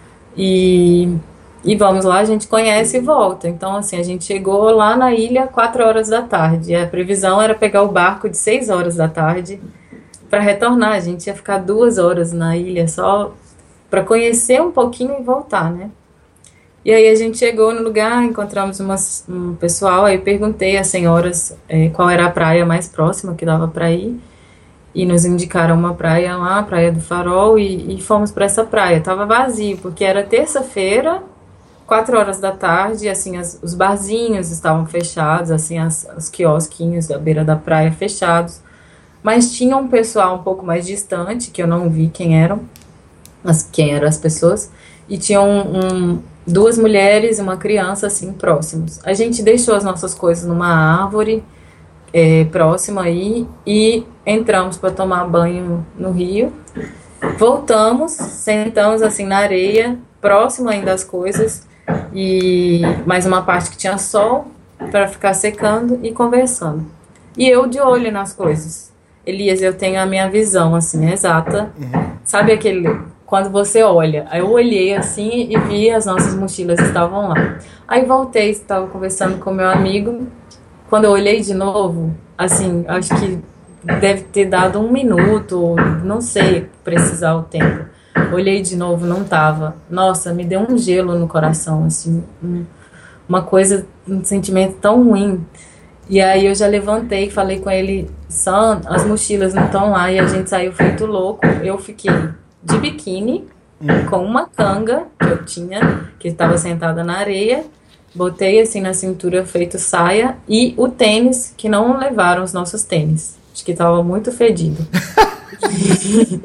e, e vamos lá, a gente conhece e volta. Então assim, a gente chegou lá na ilha quatro horas da tarde e a previsão era pegar o barco de seis horas da tarde para retornar. A gente ia ficar duas horas na ilha só para conhecer um pouquinho e voltar, né? E aí a gente chegou no lugar, encontramos umas, um pessoal, aí perguntei às senhoras eh, qual era a praia mais próxima que dava para ir, e nos indicaram uma praia lá, a Praia do Farol, e, e fomos para essa praia. Tava vazio, porque era terça-feira, quatro horas da tarde, assim, as, os barzinhos estavam fechados, assim, as, os quiosquinhos da beira da praia fechados, mas tinha um pessoal um pouco mais distante, que eu não vi quem eram, as, quem eram as pessoas, e tinha um, um, duas mulheres e uma criança, assim, próximos. A gente deixou as nossas coisas numa árvore é, próxima aí e entramos para tomar banho no rio. Voltamos, sentamos, assim, na areia, próximo ainda das coisas, e mais uma parte que tinha sol para ficar secando e conversando. E eu de olho nas coisas. Elias, eu tenho a minha visão, assim, exata. Sabe aquele... Quando você olha, aí eu olhei assim e vi as nossas mochilas estavam lá. Aí voltei, estava conversando com meu amigo. Quando eu olhei de novo, assim, acho que deve ter dado um minuto, não sei precisar o tempo. Olhei de novo, não tava. Nossa, me deu um gelo no coração, assim, um, uma coisa, um sentimento tão ruim. E aí eu já levantei e falei com ele, Sam, as mochilas não estão lá, e a gente saiu feito louco. Eu fiquei de biquíni, com uma canga que eu tinha, que estava sentada na areia, botei assim na cintura feito saia, e o tênis, que não levaram os nossos tênis, acho que estava muito fedido.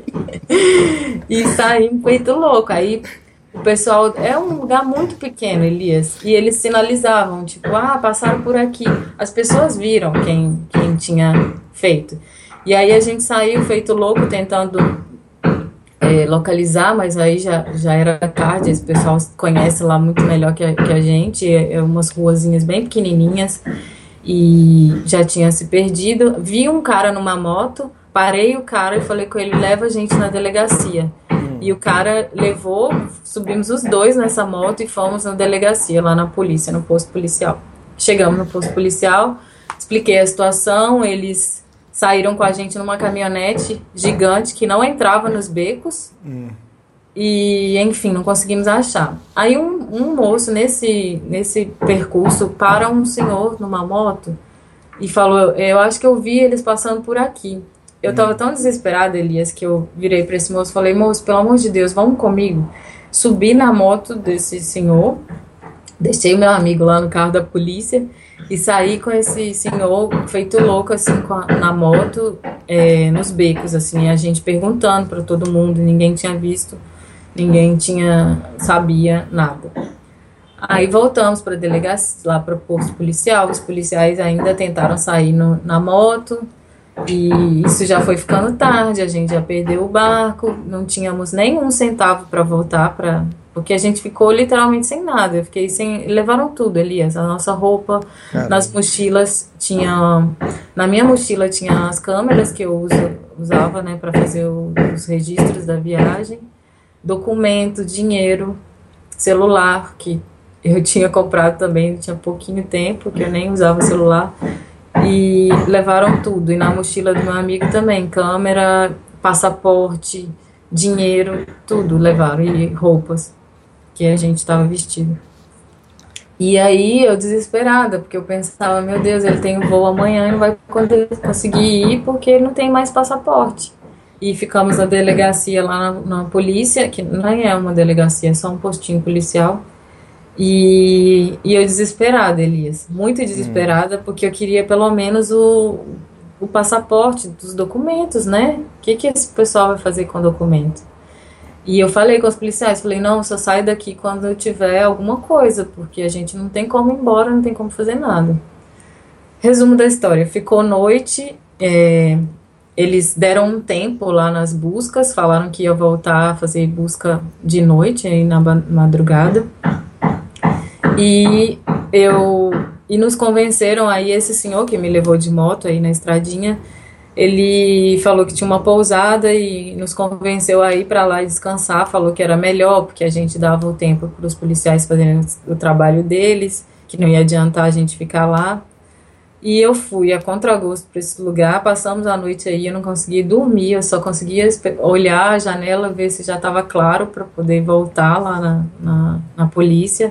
E saímos feito louco. Aí o pessoal, é um lugar muito pequeno, Elias, e eles sinalizavam, tipo, ah, passaram por aqui. As pessoas viram quem, quem tinha feito. E aí a gente saiu feito louco, tentando é, localizar, mas aí já, já era tarde, esse pessoal conhece lá muito melhor que a, que a gente, é, é umas ruazinhas bem pequenininhas, e já tinha se perdido. Vi um cara numa moto, parei o cara e falei com ele, leva a gente na delegacia. E o cara levou, subimos os dois nessa moto e fomos na delegacia, lá na polícia, no posto policial. Chegamos no posto policial, expliquei a situação, eles saíram com a gente numa caminhonete gigante que não entrava nos becos. Hum. E, enfim, não conseguimos achar. Aí um, um moço, nesse, nesse percurso, para um senhor numa moto e falou, eu acho que eu vi eles passando por aqui. Eu tava tão desesperada, Elias, que eu virei para esse moço e falei, moço, pelo amor de Deus, vamos comigo. Subi na moto desse senhor, deixei o meu amigo lá no carro da polícia e saí com esse senhor feito louco, assim, com a, na moto, é, nos becos, assim, a gente perguntando para todo mundo, ninguém tinha visto, ninguém tinha, sabia nada. Aí voltamos para a delegacia, lá para o posto policial, os policiais ainda tentaram sair no, na moto, e isso já foi ficando tarde, a gente já perdeu o barco, não tínhamos nem um centavo para voltar, pra, porque a gente ficou literalmente sem nada. Eu fiquei sem. Levaram tudo, Elias, a nossa roupa. Caramba. Nas mochilas tinha. Na minha mochila tinha as câmeras que eu uso, usava, né, para fazer o, os registros da viagem, documento, dinheiro, celular, que eu tinha comprado também, tinha pouquinho tempo, que eu nem usava o celular. E levaram tudo, e na mochila do meu amigo também, câmera, passaporte, dinheiro, tudo levaram, e roupas que a gente estava vestido. E aí eu desesperada, porque eu pensava, meu Deus, ele tem um voo amanhã e não vai conseguir ir porque ele não tem mais passaporte. E ficamos na delegacia lá na, na polícia, que não é uma delegacia, é só um postinho policial. E, e eu desesperada, Elias, muito desesperada, hum. porque eu queria pelo menos o, o passaporte dos documentos, né? O que, que esse pessoal vai fazer com o documento? E eu falei com os policiais, falei, não, só saio daqui quando eu tiver alguma coisa, porque a gente não tem como ir embora, não tem como fazer nada. Resumo da história, ficou noite, é, eles deram um tempo lá nas buscas, falaram que ia voltar a fazer busca de noite, aí na madrugada. E eu e nos convenceram aí, esse senhor que me levou de moto aí na estradinha, ele falou que tinha uma pousada e nos convenceu a ir para lá e descansar, falou que era melhor porque a gente dava o tempo para os policiais fazerem o trabalho deles, que não ia adiantar a gente ficar lá. E eu fui a contragosto para esse lugar, passamos a noite aí, eu não consegui dormir, eu só conseguia olhar a janela, ver se já estava claro para poder voltar lá na, na, na polícia.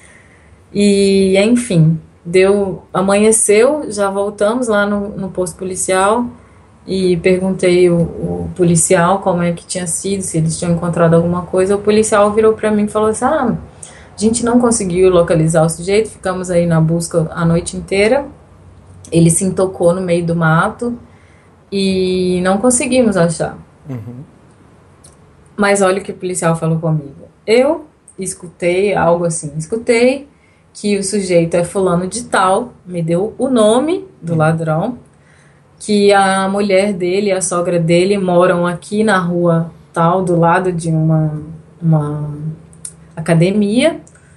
E, enfim, deu, amanheceu, já voltamos lá no, no posto policial e perguntei o, o policial como é que tinha sido, se eles tinham encontrado alguma coisa. O policial virou para mim e falou assim, ah, a gente não conseguiu localizar o sujeito, ficamos aí na busca a noite inteira, ele se intocou no meio do mato e não conseguimos achar. Uhum. Mas olha o que o policial falou comigo. Eu escutei algo assim, escutei que o sujeito é fulano de tal, me deu o nome do ladrão, que a mulher dele e a sogra dele moram aqui na rua tal, do lado de uma, uma academia,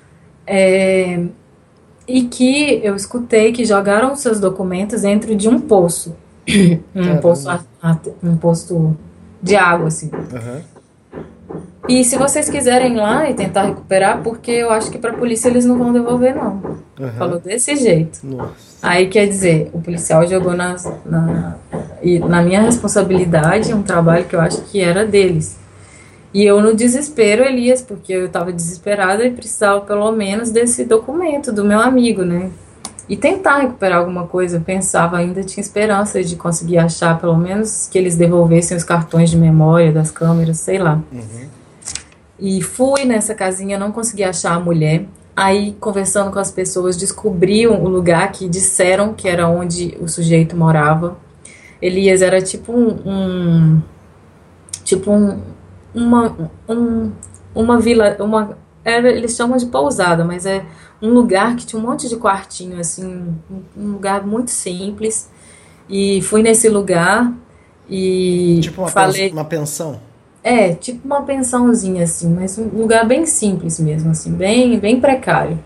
é, e que eu escutei que jogaram seus documentos dentro de um poço, um poço, um poço de água, assim. Uhum. E se vocês quiserem ir lá e tentar recuperar, porque eu acho que para a polícia eles não vão devolver, não. Uhum. Falou desse jeito. Nossa. Aí, quer dizer, o policial jogou na, na, na minha responsabilidade um trabalho que eu acho que era deles. E eu no desespero, Elias, porque eu estava desesperada e precisava pelo menos desse documento do meu amigo, né? E tentar recuperar alguma coisa. Eu pensava, ainda tinha esperança de conseguir achar pelo menos que eles devolvessem os cartões de memória das câmeras, sei lá. Uhum. E fui nessa casinha, não consegui achar a mulher. Aí, conversando com as pessoas, descobriam o lugar que disseram que era onde o sujeito morava. Elias, era tipo um, um, tipo um, uma, um, uma vila, uma, era, eles chamam de pousada, mas é um lugar que tinha um monte de quartinho, assim, um, um lugar muito simples. E fui nesse lugar e Tipo uma, falei, pens- uma pensão. é, tipo uma pensãozinha, assim, mas um lugar bem simples mesmo, assim, bem, bem precário.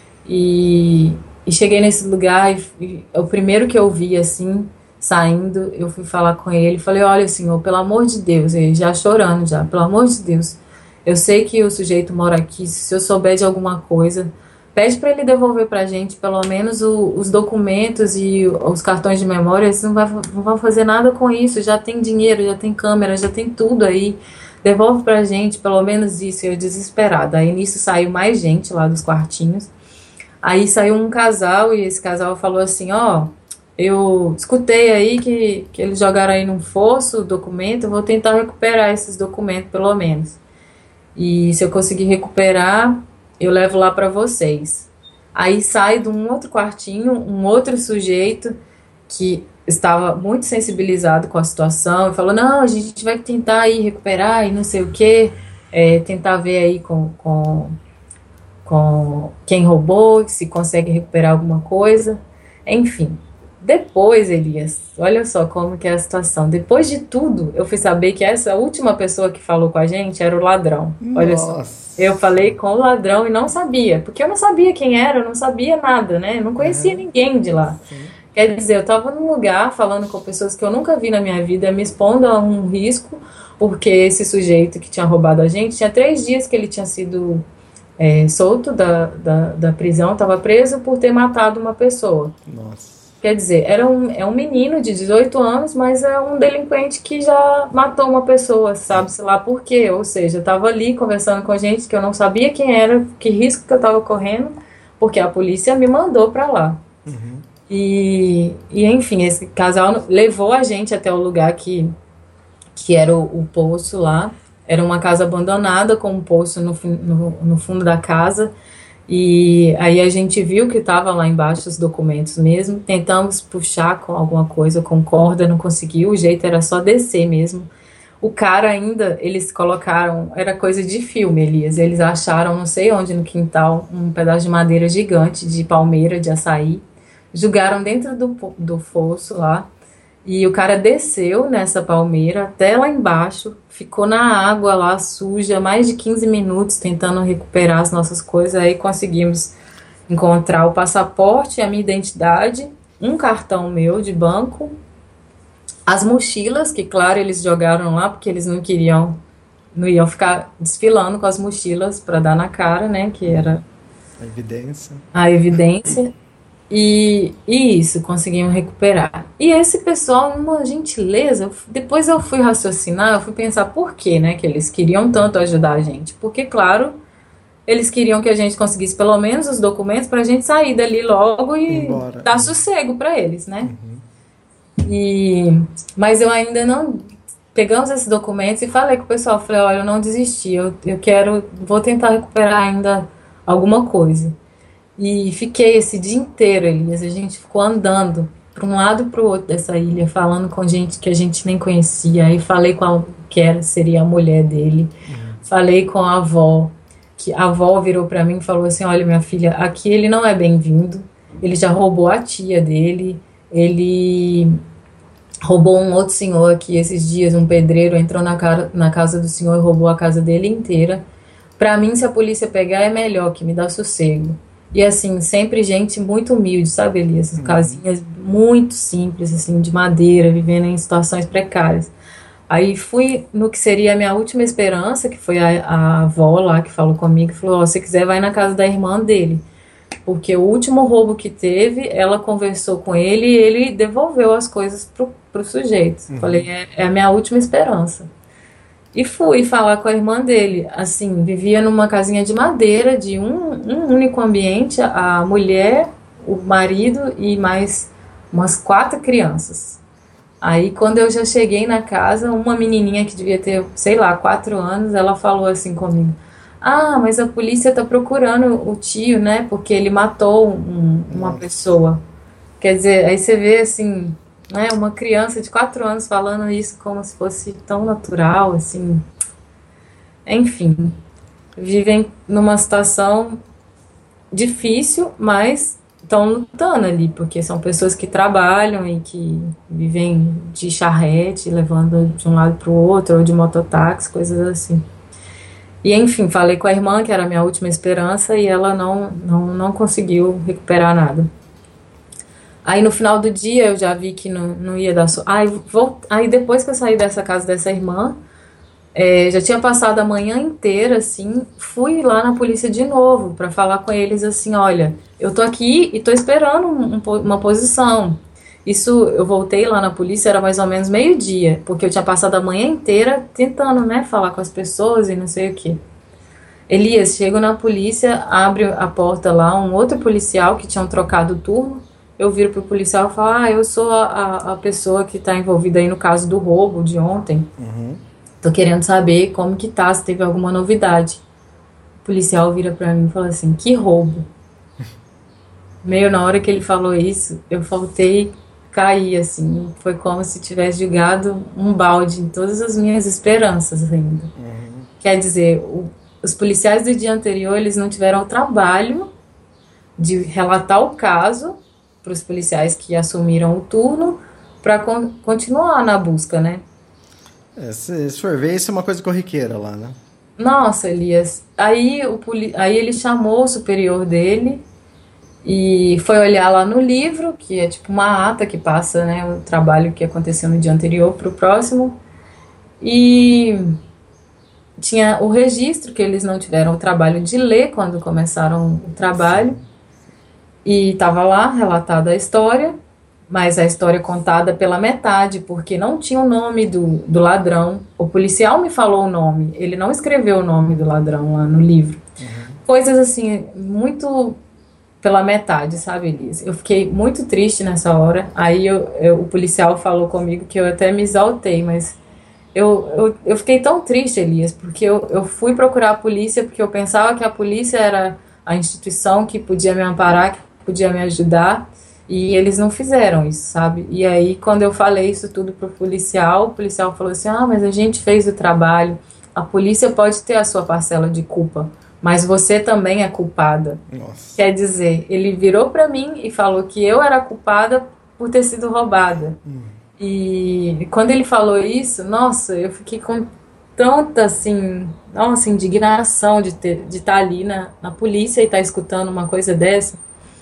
E, e cheguei nesse lugar e, e o primeiro que eu vi, assim, saindo, eu fui falar com ele, falei, olha, senhor, pelo amor de Deus, ele já chorando já, pelo amor de Deus, eu sei que o sujeito mora aqui, se eu souber de alguma coisa, pede para ele devolver pra gente pelo menos o, os documentos e os cartões de memória, eles não, vai, não vão fazer nada com isso, já tem dinheiro, já tem câmera, já tem tudo aí, devolve pra gente pelo menos isso. Eu desesperada, aí nisso saiu mais gente lá dos quartinhos, aí saiu um casal e esse casal falou assim, ó, eu escutei aí que, que eles jogaram aí num fosso o documento, eu vou tentar recuperar esses documentos pelo menos, e se eu conseguir recuperar eu levo lá para vocês. Aí sai de um outro quartinho, um outro sujeito que estava muito sensibilizado com a situação e falou, não, a gente vai tentar aí recuperar e não sei o que, é, tentar ver aí com, com, com quem roubou, se consegue recuperar alguma coisa. Enfim, depois, Elias, olha só como que é a situação. Depois de tudo, eu fui saber que essa última pessoa que falou com a gente era o ladrão. Olha Nossa. só. Eu falei com o ladrão e não sabia, porque eu não sabia quem era, eu não sabia nada, né? Eu não conhecia ninguém de lá. Sim. Quer dizer, eu estava num lugar falando com pessoas que eu nunca vi na minha vida, me expondo a um risco, porque esse sujeito que tinha roubado a gente, tinha três dias que ele tinha sido é, solto da, da, da prisão, estava preso por ter matado uma pessoa. Nossa. Quer dizer, era um, é um menino de dezoito anos, mas é um delinquente que já matou uma pessoa, sabe-se lá por quê. Ou seja, eu estava ali conversando com gente que eu não sabia quem era, que risco que eu estava correndo, porque a polícia me mandou para lá. Uhum. E, e, enfim, esse casal levou a gente até o lugar que, que era o, o poço lá. Era uma casa abandonada com um poço no, no, no fundo da casa. E aí a gente viu que estava lá embaixo os documentos mesmo, tentamos puxar com alguma coisa, com corda, não conseguiu, o jeito era só descer mesmo. O cara ainda, eles colocaram, era coisa de filme, Elias, eles acharam, não sei onde no quintal, um pedaço de madeira gigante, de palmeira, de açaí, jogaram dentro do, do fosso lá, e o cara desceu nessa palmeira até lá embaixo, ficou na água lá suja mais de quinze minutos tentando recuperar as nossas coisas. Aí conseguimos encontrar o passaporte, a minha identidade, um cartão meu de banco, as mochilas, que claro eles jogaram lá porque eles não queriam, não iam ficar desfilando com as mochilas para dar na cara, né, que era a evidência. A evidência. E, e isso, conseguimos recuperar. E esse pessoal, uma gentileza, depois eu fui raciocinar, eu fui pensar por que, né, que eles queriam tanto ajudar a gente. Porque, claro, eles queriam que a gente conseguisse pelo menos os documentos para a gente sair dali logo e Embora. dar sossego para eles, né? Uhum. E, mas eu ainda não... Pegamos esses documentos e falei com o pessoal, falei, olha, eu não desisti, eu, eu quero, vou tentar recuperar ainda alguma coisa. E fiquei esse dia inteiro, Elias, a gente ficou andando para um lado e para o outro dessa ilha, falando com gente que a gente nem conhecia, aí falei com a que era, seria a mulher dele, uhum. Falei com a avó, que a avó virou para mim e falou assim, olha minha filha, aqui ele não é bem-vindo, ele já roubou a tia dele, ele roubou um outro senhor aqui esses dias, um pedreiro, entrou na, cara, na casa do senhor e roubou a casa dele inteira. Para mim, se a polícia pegar, é melhor, que me dá sossego. E assim, sempre gente muito humilde, sabe, Elias? Uhum. Casinhas muito simples, assim, de madeira, vivendo em situações precárias. Aí fui no que seria a minha última esperança, que foi a, a avó lá que falou comigo, falou, ó, oh, se quiser vai na casa da irmã dele. Porque o último roubo que teve, ela conversou com ele e ele devolveu as coisas pro, pro sujeito. Uhum. Falei, é, é a minha última esperança. E fui falar com a irmã dele, assim, vivia numa casinha de madeira, de um, um único ambiente, a mulher, o marido e mais umas quatro crianças. Aí, quando eu já cheguei na casa, uma menininha que devia ter, sei lá, quatro anos, ela falou assim comigo, ah, mas a polícia tá procurando o tio, né, porque ele matou um, uma pessoa. Quer dizer, aí você vê, assim, né, uma criança de quatro anos falando isso como se fosse tão natural, assim. Enfim, vivem numa situação difícil, mas estão lutando ali, porque são pessoas que trabalham e que vivem de charrete, levando de um lado para o outro, ou de mototáxi, coisas assim. E, enfim, falei com a irmã, que era a minha última esperança, e ela não, não, não conseguiu recuperar nada. Aí, no final do dia, eu já vi que não, não ia dar... So... Aí, vou... Aí, depois que eu saí dessa casa dessa irmã, é, já tinha passado a manhã inteira, assim, fui lá na polícia de novo, para falar com eles, assim, olha, eu tô aqui e tô esperando um, uma posição. Isso, eu voltei lá na polícia, era mais ou menos meio-dia, porque eu tinha passado a manhã inteira tentando, né, falar com as pessoas e não sei o que. Elias, chego na polícia, abre a porta lá, um outro policial que tinham trocado o turno, eu viro pro policial e falo, ah, eu sou a, a pessoa que tá envolvida aí no caso do roubo de ontem. Uhum. Tô querendo saber como que tá, se teve alguma novidade. O policial vira pra mim e fala assim, que roubo? Meio na hora que ele falou isso, eu faltei... caí, assim, foi como se tivesse jogado um balde em todas as minhas esperanças ainda. Uhum. Quer dizer, o, os policiais do dia anterior, eles não tiveram o trabalho de relatar o caso para os policiais que assumiram o turno para con- continuar na busca, né? É, se, se for ver, isso é uma coisa corriqueira lá, né? Nossa, Elias, aí, o poli- aí ele chamou o superior dele e foi olhar lá no livro, que é tipo uma ata que passa, né, o trabalho que aconteceu no dia anterior para o próximo, e tinha o registro que eles não tiveram o trabalho de ler quando começaram o trabalho, e estava lá relatada a história, mas a história contada pela metade, porque não tinha o nome do, do ladrão. O policial me falou o nome, ele não escreveu o nome do ladrão lá no livro. Uhum. Coisas assim, muito... pela metade, sabe, Elias? Eu fiquei muito triste nessa hora. Aí eu, eu, o policial falou comigo que eu até me exaltei, mas eu, eu, eu fiquei tão triste, Elias, porque eu, eu fui procurar a polícia porque eu pensava que a polícia era a instituição que podia me amparar, que podia me ajudar, e eles não fizeram isso, sabe? E aí, quando eu falei isso tudo pro policial, o policial falou assim, ah, mas a gente fez o trabalho, a polícia pode ter a sua parcela de culpa, mas você também é culpada. Nossa. Quer dizer, ele virou para mim e falou que eu era culpada por ter sido roubada. Hum. E quando ele falou isso, nossa, eu fiquei com tanta, assim, nossa, indignação de ter, de estar ali na, na polícia e estar escutando uma coisa dessa.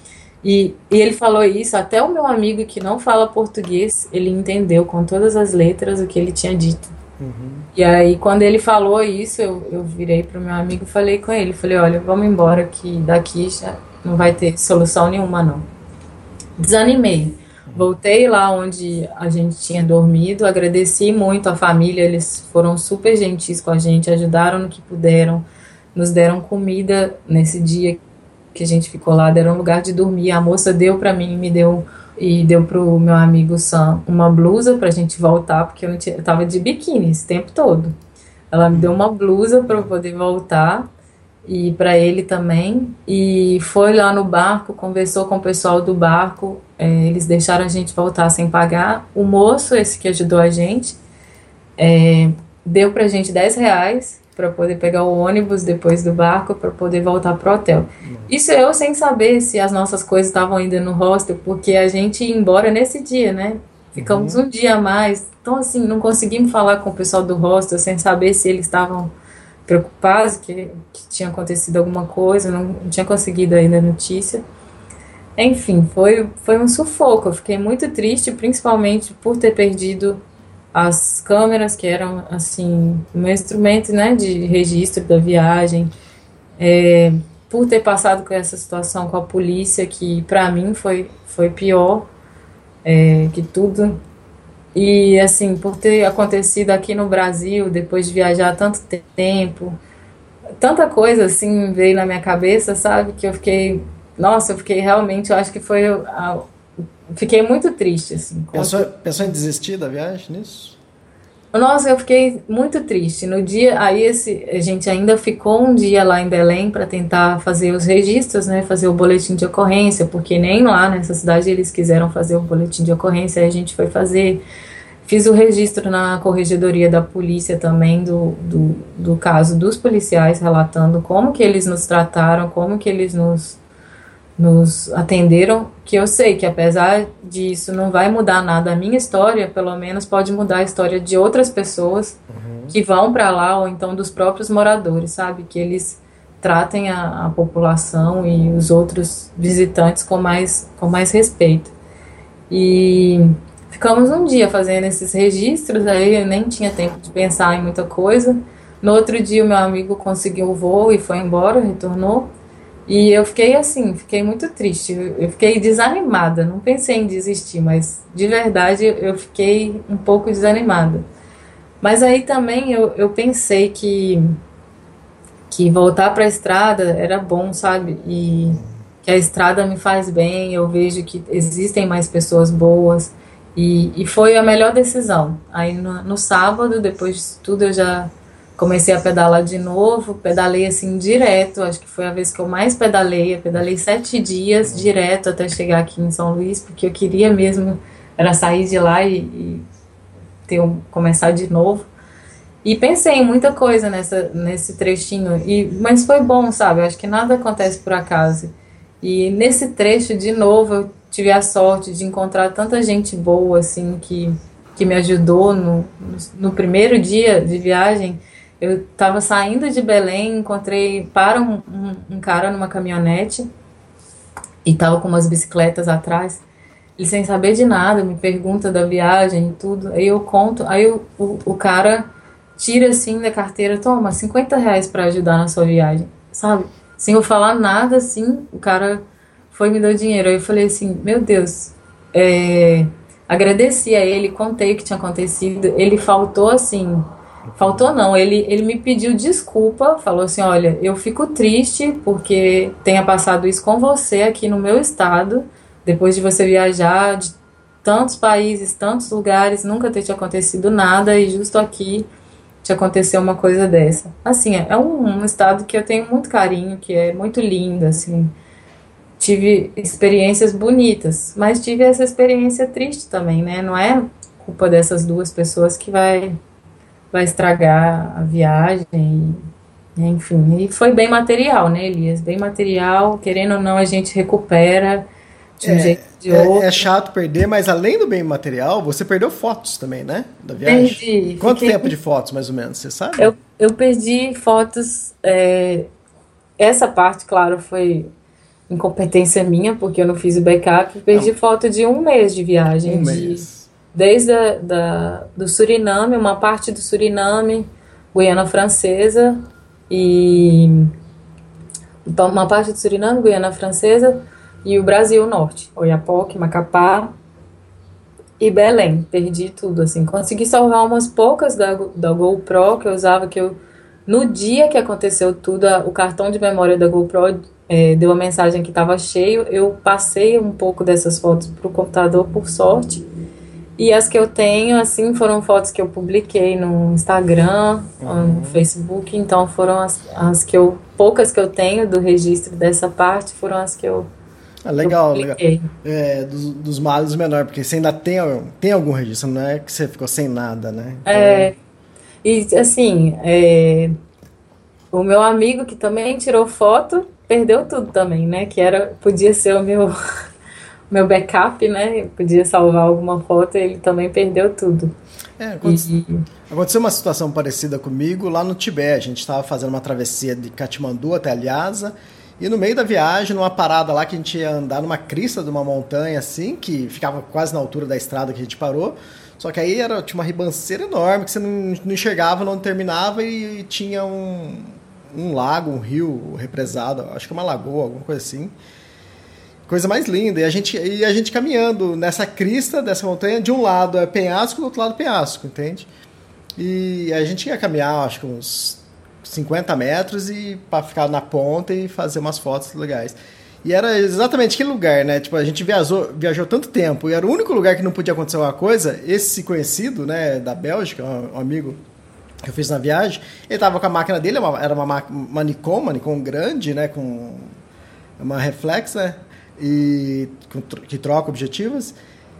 E, e ele falou isso, até o meu amigo que não fala português, ele entendeu com todas as letras o que ele tinha dito. Uhum. E aí, quando ele falou isso, eu, eu virei pro meu amigo e falei com ele, falei, olha, vamos embora que daqui já não vai ter solução nenhuma, não. Desanimei. Voltei lá onde a gente tinha dormido, agradeci muito a família, eles foram super gentis com a gente, ajudaram no que puderam, nos deram comida nesse dia que a gente ficou lá, deram um lugar de dormir, a moça deu pra mim, me deu... e deu pro meu amigo Sam uma blusa pra gente voltar, porque eu, não tinha, eu tava de biquíni esse tempo todo. Ela me deu uma blusa pra eu poder voltar, e pra ele também, e foi lá no barco, conversou com o pessoal do barco, é, eles deixaram a gente voltar sem pagar. O moço, esse que ajudou a gente, é, deu pra gente dez reais para poder pegar o ônibus depois do barco para poder voltar pro hotel. Isso eu sem saber se as nossas coisas estavam ainda no hostel, porque a gente ia embora nesse dia, né? Ficamos uhum. um dia a mais. Então, assim, não conseguimos falar com o pessoal do hostel sem saber se eles estavam preocupados, que, que tinha acontecido alguma coisa, não, não tinha conseguido ainda a notícia. Enfim, foi, foi um sufoco. Eu fiquei muito triste, principalmente por ter perdido as câmeras, que eram, assim, o meu instrumento, né, de registro da viagem, é, por ter passado com essa situação com a polícia, que para mim foi, foi pior é, que tudo, e, assim, por ter acontecido aqui no Brasil, depois de viajar tanto tempo, tanta coisa, assim, veio na minha cabeça, sabe, que eu fiquei, nossa, eu fiquei realmente, eu acho que foi a, Fiquei muito triste, assim. Pensou, pensou em desistir da viagem nisso? Nossa, eu fiquei muito triste. No dia, aí esse, a gente ainda ficou um dia lá em Belém para tentar fazer os registros, né? Fazer o boletim de ocorrência, porque nem lá nessa cidade eles quiseram fazer o boletim de ocorrência, aí a gente foi fazer. Fiz o registro na corregedoria da polícia também do, do, do caso dos policiais, relatando como que eles nos trataram, como que eles nos, nos atenderam, que eu sei que apesar disso não vai mudar nada a minha história, pelo menos pode mudar a história de outras pessoas uhum. que vão para lá, ou então dos próprios moradores, sabe? Que eles tratem a, a população e os outros visitantes com mais, com mais respeito. E... ficamos um dia fazendo esses registros, aí eu nem tinha tempo de pensar em muita coisa. No outro dia o meu amigo conseguiu o voo e foi embora, retornou. E eu fiquei assim, fiquei muito triste, eu fiquei desanimada, não pensei em desistir, mas de verdade eu fiquei um pouco desanimada. Mas aí também eu, eu pensei que, que voltar para a estrada era bom, sabe? E que a estrada me faz bem, eu vejo que existem mais pessoas boas. E, e foi a melhor decisão. Aí no, no sábado, depois disso tudo, eu já comecei a pedalar de novo, pedalei assim direto, acho que foi a vez que eu mais pedalei, eu pedalei sete dias direto até chegar aqui em São Luís, porque eu queria mesmo, era sair de lá e, e ter um, começar de novo. E pensei em muita coisa nessa, nesse trechinho, e, mas foi bom, sabe, eu acho que nada acontece por acaso. E nesse trecho, de novo, eu tive a sorte de encontrar tanta gente boa, assim, que, que me ajudou no, no, no primeiro dia de viagem. Eu estava saindo de Belém, encontrei, para um, um, um cara numa caminhonete e estava com umas bicicletas atrás. Ele, sem saber de nada, me pergunta da viagem e tudo. Aí eu conto, aí o, o, o cara tira assim da carteira, toma, cinquenta reais para ajudar na sua viagem, sabe? Sem eu falar nada, assim, o cara foi e me deu dinheiro. Aí eu falei assim, meu Deus, é... agradeci a ele, contei o que tinha acontecido. Ele faltou assim, faltou não, ele, ele me pediu desculpa, falou assim, olha, eu fico triste porque tenha passado isso com você aqui no meu estado, depois de você viajar de tantos países, tantos lugares, nunca ter te acontecido nada e justo aqui te aconteceu uma coisa dessa. Assim, é um, um estado que eu tenho muito carinho, que é muito lindo, assim. Tive experiências bonitas, mas tive essa experiência triste também, né? Não é culpa dessas duas pessoas que vai, vai estragar a viagem, e, enfim. E foi bem material, né, Elias? Bem material, querendo ou não, a gente recupera de um é, jeito ou de é, outro. É chato perder, mas além do bem material, você perdeu fotos também, né? Da viagem. Perdi. Quanto Fiquei... tempo de fotos, mais ou menos, você sabe? Eu, eu perdi fotos... É... Essa parte, claro, foi incompetência minha, porque eu não fiz o backup. Perdi não. foto de um mês de viagem. Um de, mês. Desde a, da, do Suriname, uma parte do Suriname, Guiana Francesa, e... Então, uma parte do Suriname, Guiana Francesa, e o Brasil Norte, Oiapoque, Macapá e Belém. Perdi tudo, assim. Consegui salvar umas poucas da, da GoPro que eu usava, que eu... No dia que aconteceu tudo, a, o cartão de memória da GoPro é, deu uma mensagem que estava cheio. Eu passei um pouco dessas fotos para o computador, por sorte. E as que eu tenho, assim, foram fotos que eu publiquei no Instagram, uhum. no Facebook. Então, foram as, as que eu... Poucas que eu tenho do registro dessa parte foram as que eu... Ah, legal, legal. É, dos, dos males menor, porque você ainda tem, tem algum registro, não é que você ficou sem nada, né? Então... É, e assim, é, o meu amigo que também tirou foto, perdeu tudo também, né? Que era, podia ser o meu, meu backup, né? Eu podia salvar alguma foto e ele também perdeu tudo. É, aconteceu, e... aconteceu uma situação parecida comigo lá no Tibete. A gente estava fazendo uma travessia de Katmandu até Lhasa. E no meio da viagem, numa parada lá que a gente ia andar numa crista de uma montanha, assim, que ficava quase na altura da estrada que a gente parou. Só que aí era, tinha uma ribanceira enorme que você não, não enxergava onde terminava e, e tinha um, um lago, um rio represado, acho que uma lagoa, alguma coisa assim. Coisa mais linda. E a gente, e a gente caminhando nessa crista dessa montanha, de um lado é penhasco, do outro lado penhasco, entende? E a gente ia caminhar, acho que uns cinquenta metros e para ficar na ponta e fazer umas fotos legais. E era exatamente aquele lugar, né? Tipo, a gente viajou, viajou tanto tempo e era o único lugar que não podia acontecer uma coisa. Esse conhecido, né, da Bélgica, um, um amigo que eu fiz na viagem, ele tava com a máquina dele, uma, era uma, uma Nikon, uma Nikon grande, né, com uma reflex, né, e com, que troca objetivos.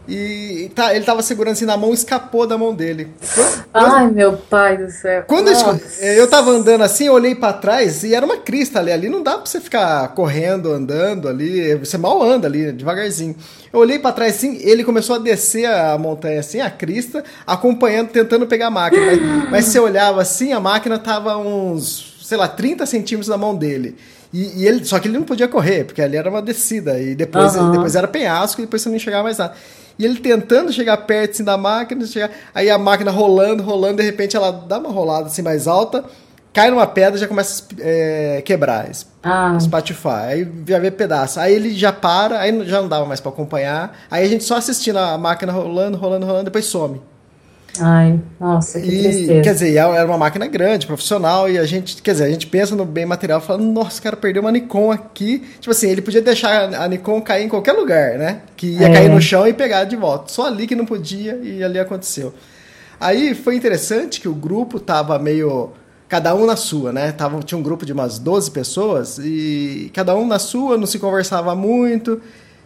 E tá, ele tava segurando assim na mão, escapou da mão dele. Quando, Ai, meu pai do céu. Quando eu, eu tava andando assim, eu olhei pra trás e era uma crista ali. Ali não dá pra você ficar correndo, andando ali. Você mal anda ali, devagarzinho. Eu olhei pra trás assim, ele começou a descer a montanha assim, a crista, acompanhando, tentando pegar a máquina. Mas, mas você olhava assim, a máquina tava uns, sei lá, trinta centímetros na mão dele. E, e ele, só que ele não podia correr, porque ali era uma descida. E depois, uhum. depois era penhasco e depois você não enxergava mais nada. E ele tentando chegar perto assim, da máquina, chegar, aí a máquina rolando, rolando, de repente ela dá uma rolada assim mais alta, cai numa pedra e já começa a é, quebrar, ah. espatifar, aí já vê pedaço. Aí ele já para, aí já não dava mais para acompanhar, aí a gente só assistindo a máquina rolando, rolando, rolando, depois some. Ai, nossa, que e, tristeza. Quer dizer, era uma máquina grande, profissional, e a gente, quer dizer, a gente pensa no bem material, falando, nossa, o cara perdeu uma Nikon aqui. Tipo assim, ele podia deixar a Nikon cair em qualquer lugar, né? Que ia é. cair no chão e pegar de volta. Só ali que não podia, e ali aconteceu. Aí foi interessante que o grupo tava meio... Cada um na sua, né? Tava, tinha um grupo de umas doze pessoas, e cada um na sua, não se conversava muito,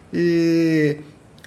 e...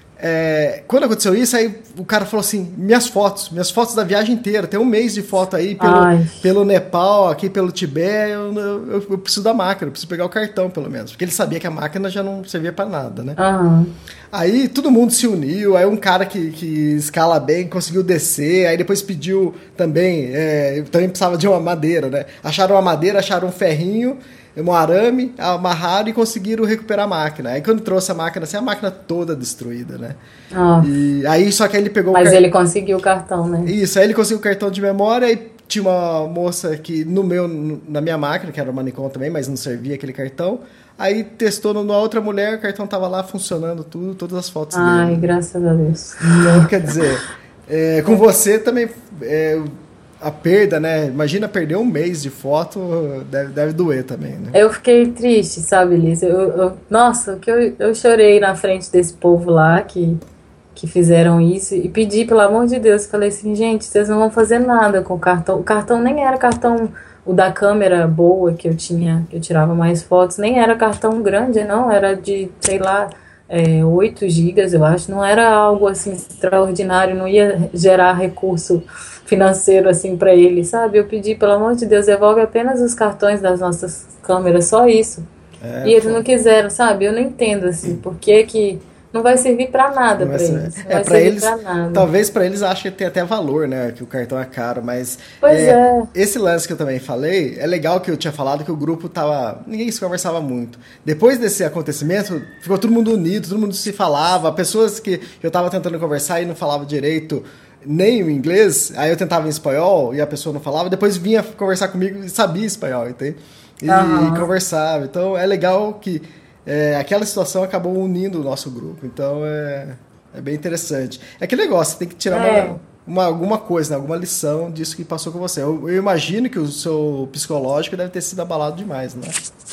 É, quando aconteceu isso, aí o cara falou assim, minhas fotos, minhas fotos da viagem inteira, tem um mês de foto aí pelo, pelo Nepal, aqui pelo Tibete, eu, eu, eu preciso da máquina, eu preciso pegar o cartão pelo menos, porque ele sabia que a máquina já não servia para nada, né? Uhum. Aí todo mundo se uniu, aí um cara que, que escala bem conseguiu descer, aí depois pediu também, é, também precisava de uma madeira, né? Acharam uma madeira, acharam um ferrinho, um arame, amarraram e conseguiram recuperar a máquina. Aí quando trouxe a máquina, assim, a máquina toda destruída, né? Oh. E aí só que aí ele pegou Mas o car... ele conseguiu o cartão, né? Isso, aí ele conseguiu o cartão de memória e tinha uma moça que no meu, na minha máquina, que era uma Nikon também, mas não servia aquele cartão. Aí testou numa outra mulher, o cartão tava lá funcionando tudo, todas as fotos Ai, dele. Ai, graças a Deus. Então, quer dizer, é, com você também... É, a perda, né? Imagina perder um mês de foto, deve, deve doer também, né? Eu fiquei triste, sabe, Liz? Eu, eu, nossa, que eu, eu chorei na frente desse povo lá que, que fizeram isso e pedi, pelo amor de Deus, falei assim, gente, vocês não vão fazer nada com o cartão. O cartão nem era cartão, o da câmera boa que eu tinha, que eu tirava mais fotos, nem era cartão grande, não, era de, sei lá, é, oito gigas, eu acho, não era algo assim extraordinário, não ia gerar recurso financeiro assim para ele, sabe? Eu pedi, pelo amor de Deus, devolve apenas os cartões das nossas câmeras, só isso. É, e eles pô. não quiseram, sabe? Eu não entendo assim, por que que não vai servir para nada para eles. Não é, vai para eles, pra nada. Talvez para eles achem que tem até valor, né? Que o cartão é caro, mas pois é, é. Esse lance que eu também falei, é legal que eu tinha falado que o grupo tava, ninguém se conversava muito. Depois desse acontecimento, ficou todo mundo unido, todo mundo se falava, pessoas que eu tava tentando conversar e não falava direito nem o inglês, aí eu tentava em espanhol e a pessoa não falava, depois vinha conversar comigo e sabia espanhol, entende? E, uhum. e conversava. Então é legal que é, aquela situação acabou unindo o nosso grupo. Então é, é bem interessante. É aquele negócio, você tem que tirar é. uma, uma, alguma coisa, né? Alguma lição disso que passou com você. Eu, eu imagino que o seu psicológico deve ter sido abalado demais, né?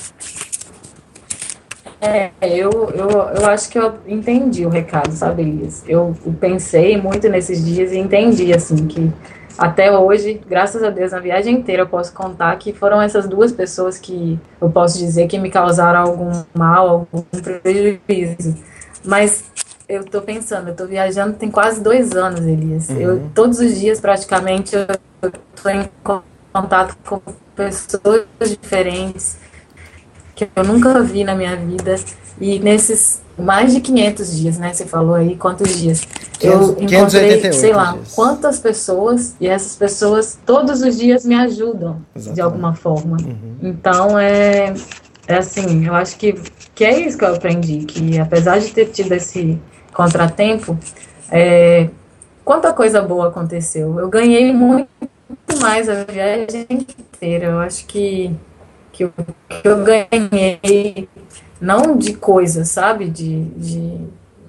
É, eu, eu, eu acho que eu entendi o recado, sabe, Elias? Eu pensei muito nesses dias e entendi, assim, que até hoje, graças a Deus, na viagem inteira eu posso contar que foram essas duas pessoas que eu posso dizer que me causaram algum mal, algum prejuízo. Mas eu tô pensando, eu tô viajando tem quase dois anos, Elias. Uhum. Eu, todos os dias, praticamente, eu tô em contato com pessoas diferentes, que eu nunca vi na minha vida, e nesses mais de quinhentos dias, né, você falou aí quantos dias, eu encontrei, sei lá, dias. quantas pessoas, e essas pessoas todos os dias me ajudam, exatamente, de alguma forma, uhum. Então é, é assim, eu acho que, que é isso que eu aprendi, que apesar de ter tido esse contratempo, é, quanta coisa boa aconteceu, eu ganhei muito mais a viagem inteira, eu acho que que eu, que eu ganhei, não de coisas, sabe, de, de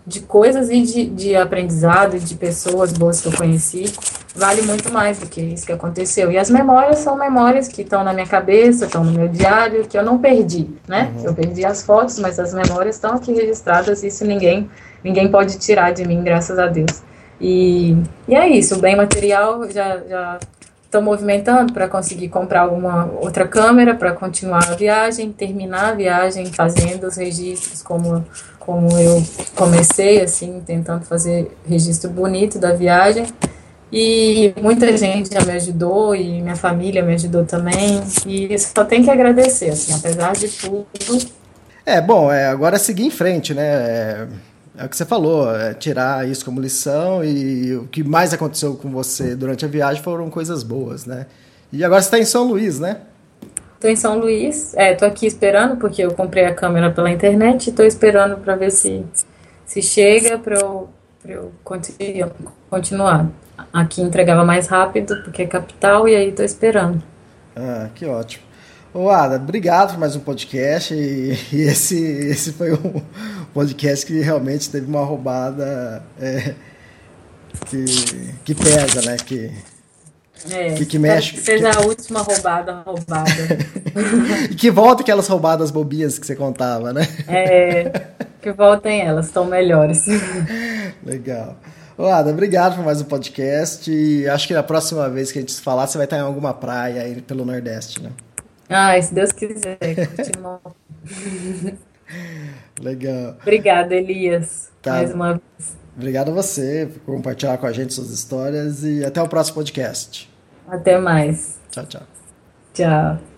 de coisas e de, de aprendizado, de pessoas boas que eu conheci, vale muito mais do que isso que aconteceu. E as memórias são memórias que estão na minha cabeça, estão no meu diário, que eu não perdi, né? Uhum. Eu perdi as fotos, mas as memórias estão aqui registradas, e isso ninguém, ninguém pode tirar de mim, graças a Deus. E, e é isso, o bem material já... já estou movimentando para conseguir comprar alguma outra câmera para continuar a viagem, terminar a viagem, fazendo os registros como, como eu comecei, assim, tentando fazer registro bonito da viagem. E muita gente já me ajudou, e minha família me ajudou também, e só tem que agradecer, assim, apesar de tudo. É, bom, é, agora é seguir em frente, né? É... É o que você falou, é tirar isso como lição, e o que mais aconteceu com você durante a viagem foram coisas boas, né? E agora você está em São Luís, né? Estou em São Luís, é, estou aqui esperando, porque eu comprei a câmera pela internet, e estou esperando para ver se, se chega para eu, eu continuar. Aqui entregava mais rápido, porque é capital, e aí estou esperando. Ah, que ótimo. Ô, Ada, obrigado por mais um podcast, e, e esse, esse foi um podcast que realmente teve uma roubada é, que, que pesa, né? Que, é, que, que mexe. Que seja que... a última roubada roubada. E que volta aquelas roubadas bobinhas que você contava, né? É, que voltem elas, estão melhores. Legal. Ô, Ada, obrigado por mais um podcast, e acho que na próxima vez que a gente se falar, você vai estar em alguma praia aí pelo Nordeste, né? Ai, se Deus quiser, continua. Legal. Obrigada, Elias, tá. Mais uma vez. Obrigado a você por compartilhar com a gente suas histórias, e até o próximo podcast. Até mais. Tchau, tchau. Tchau.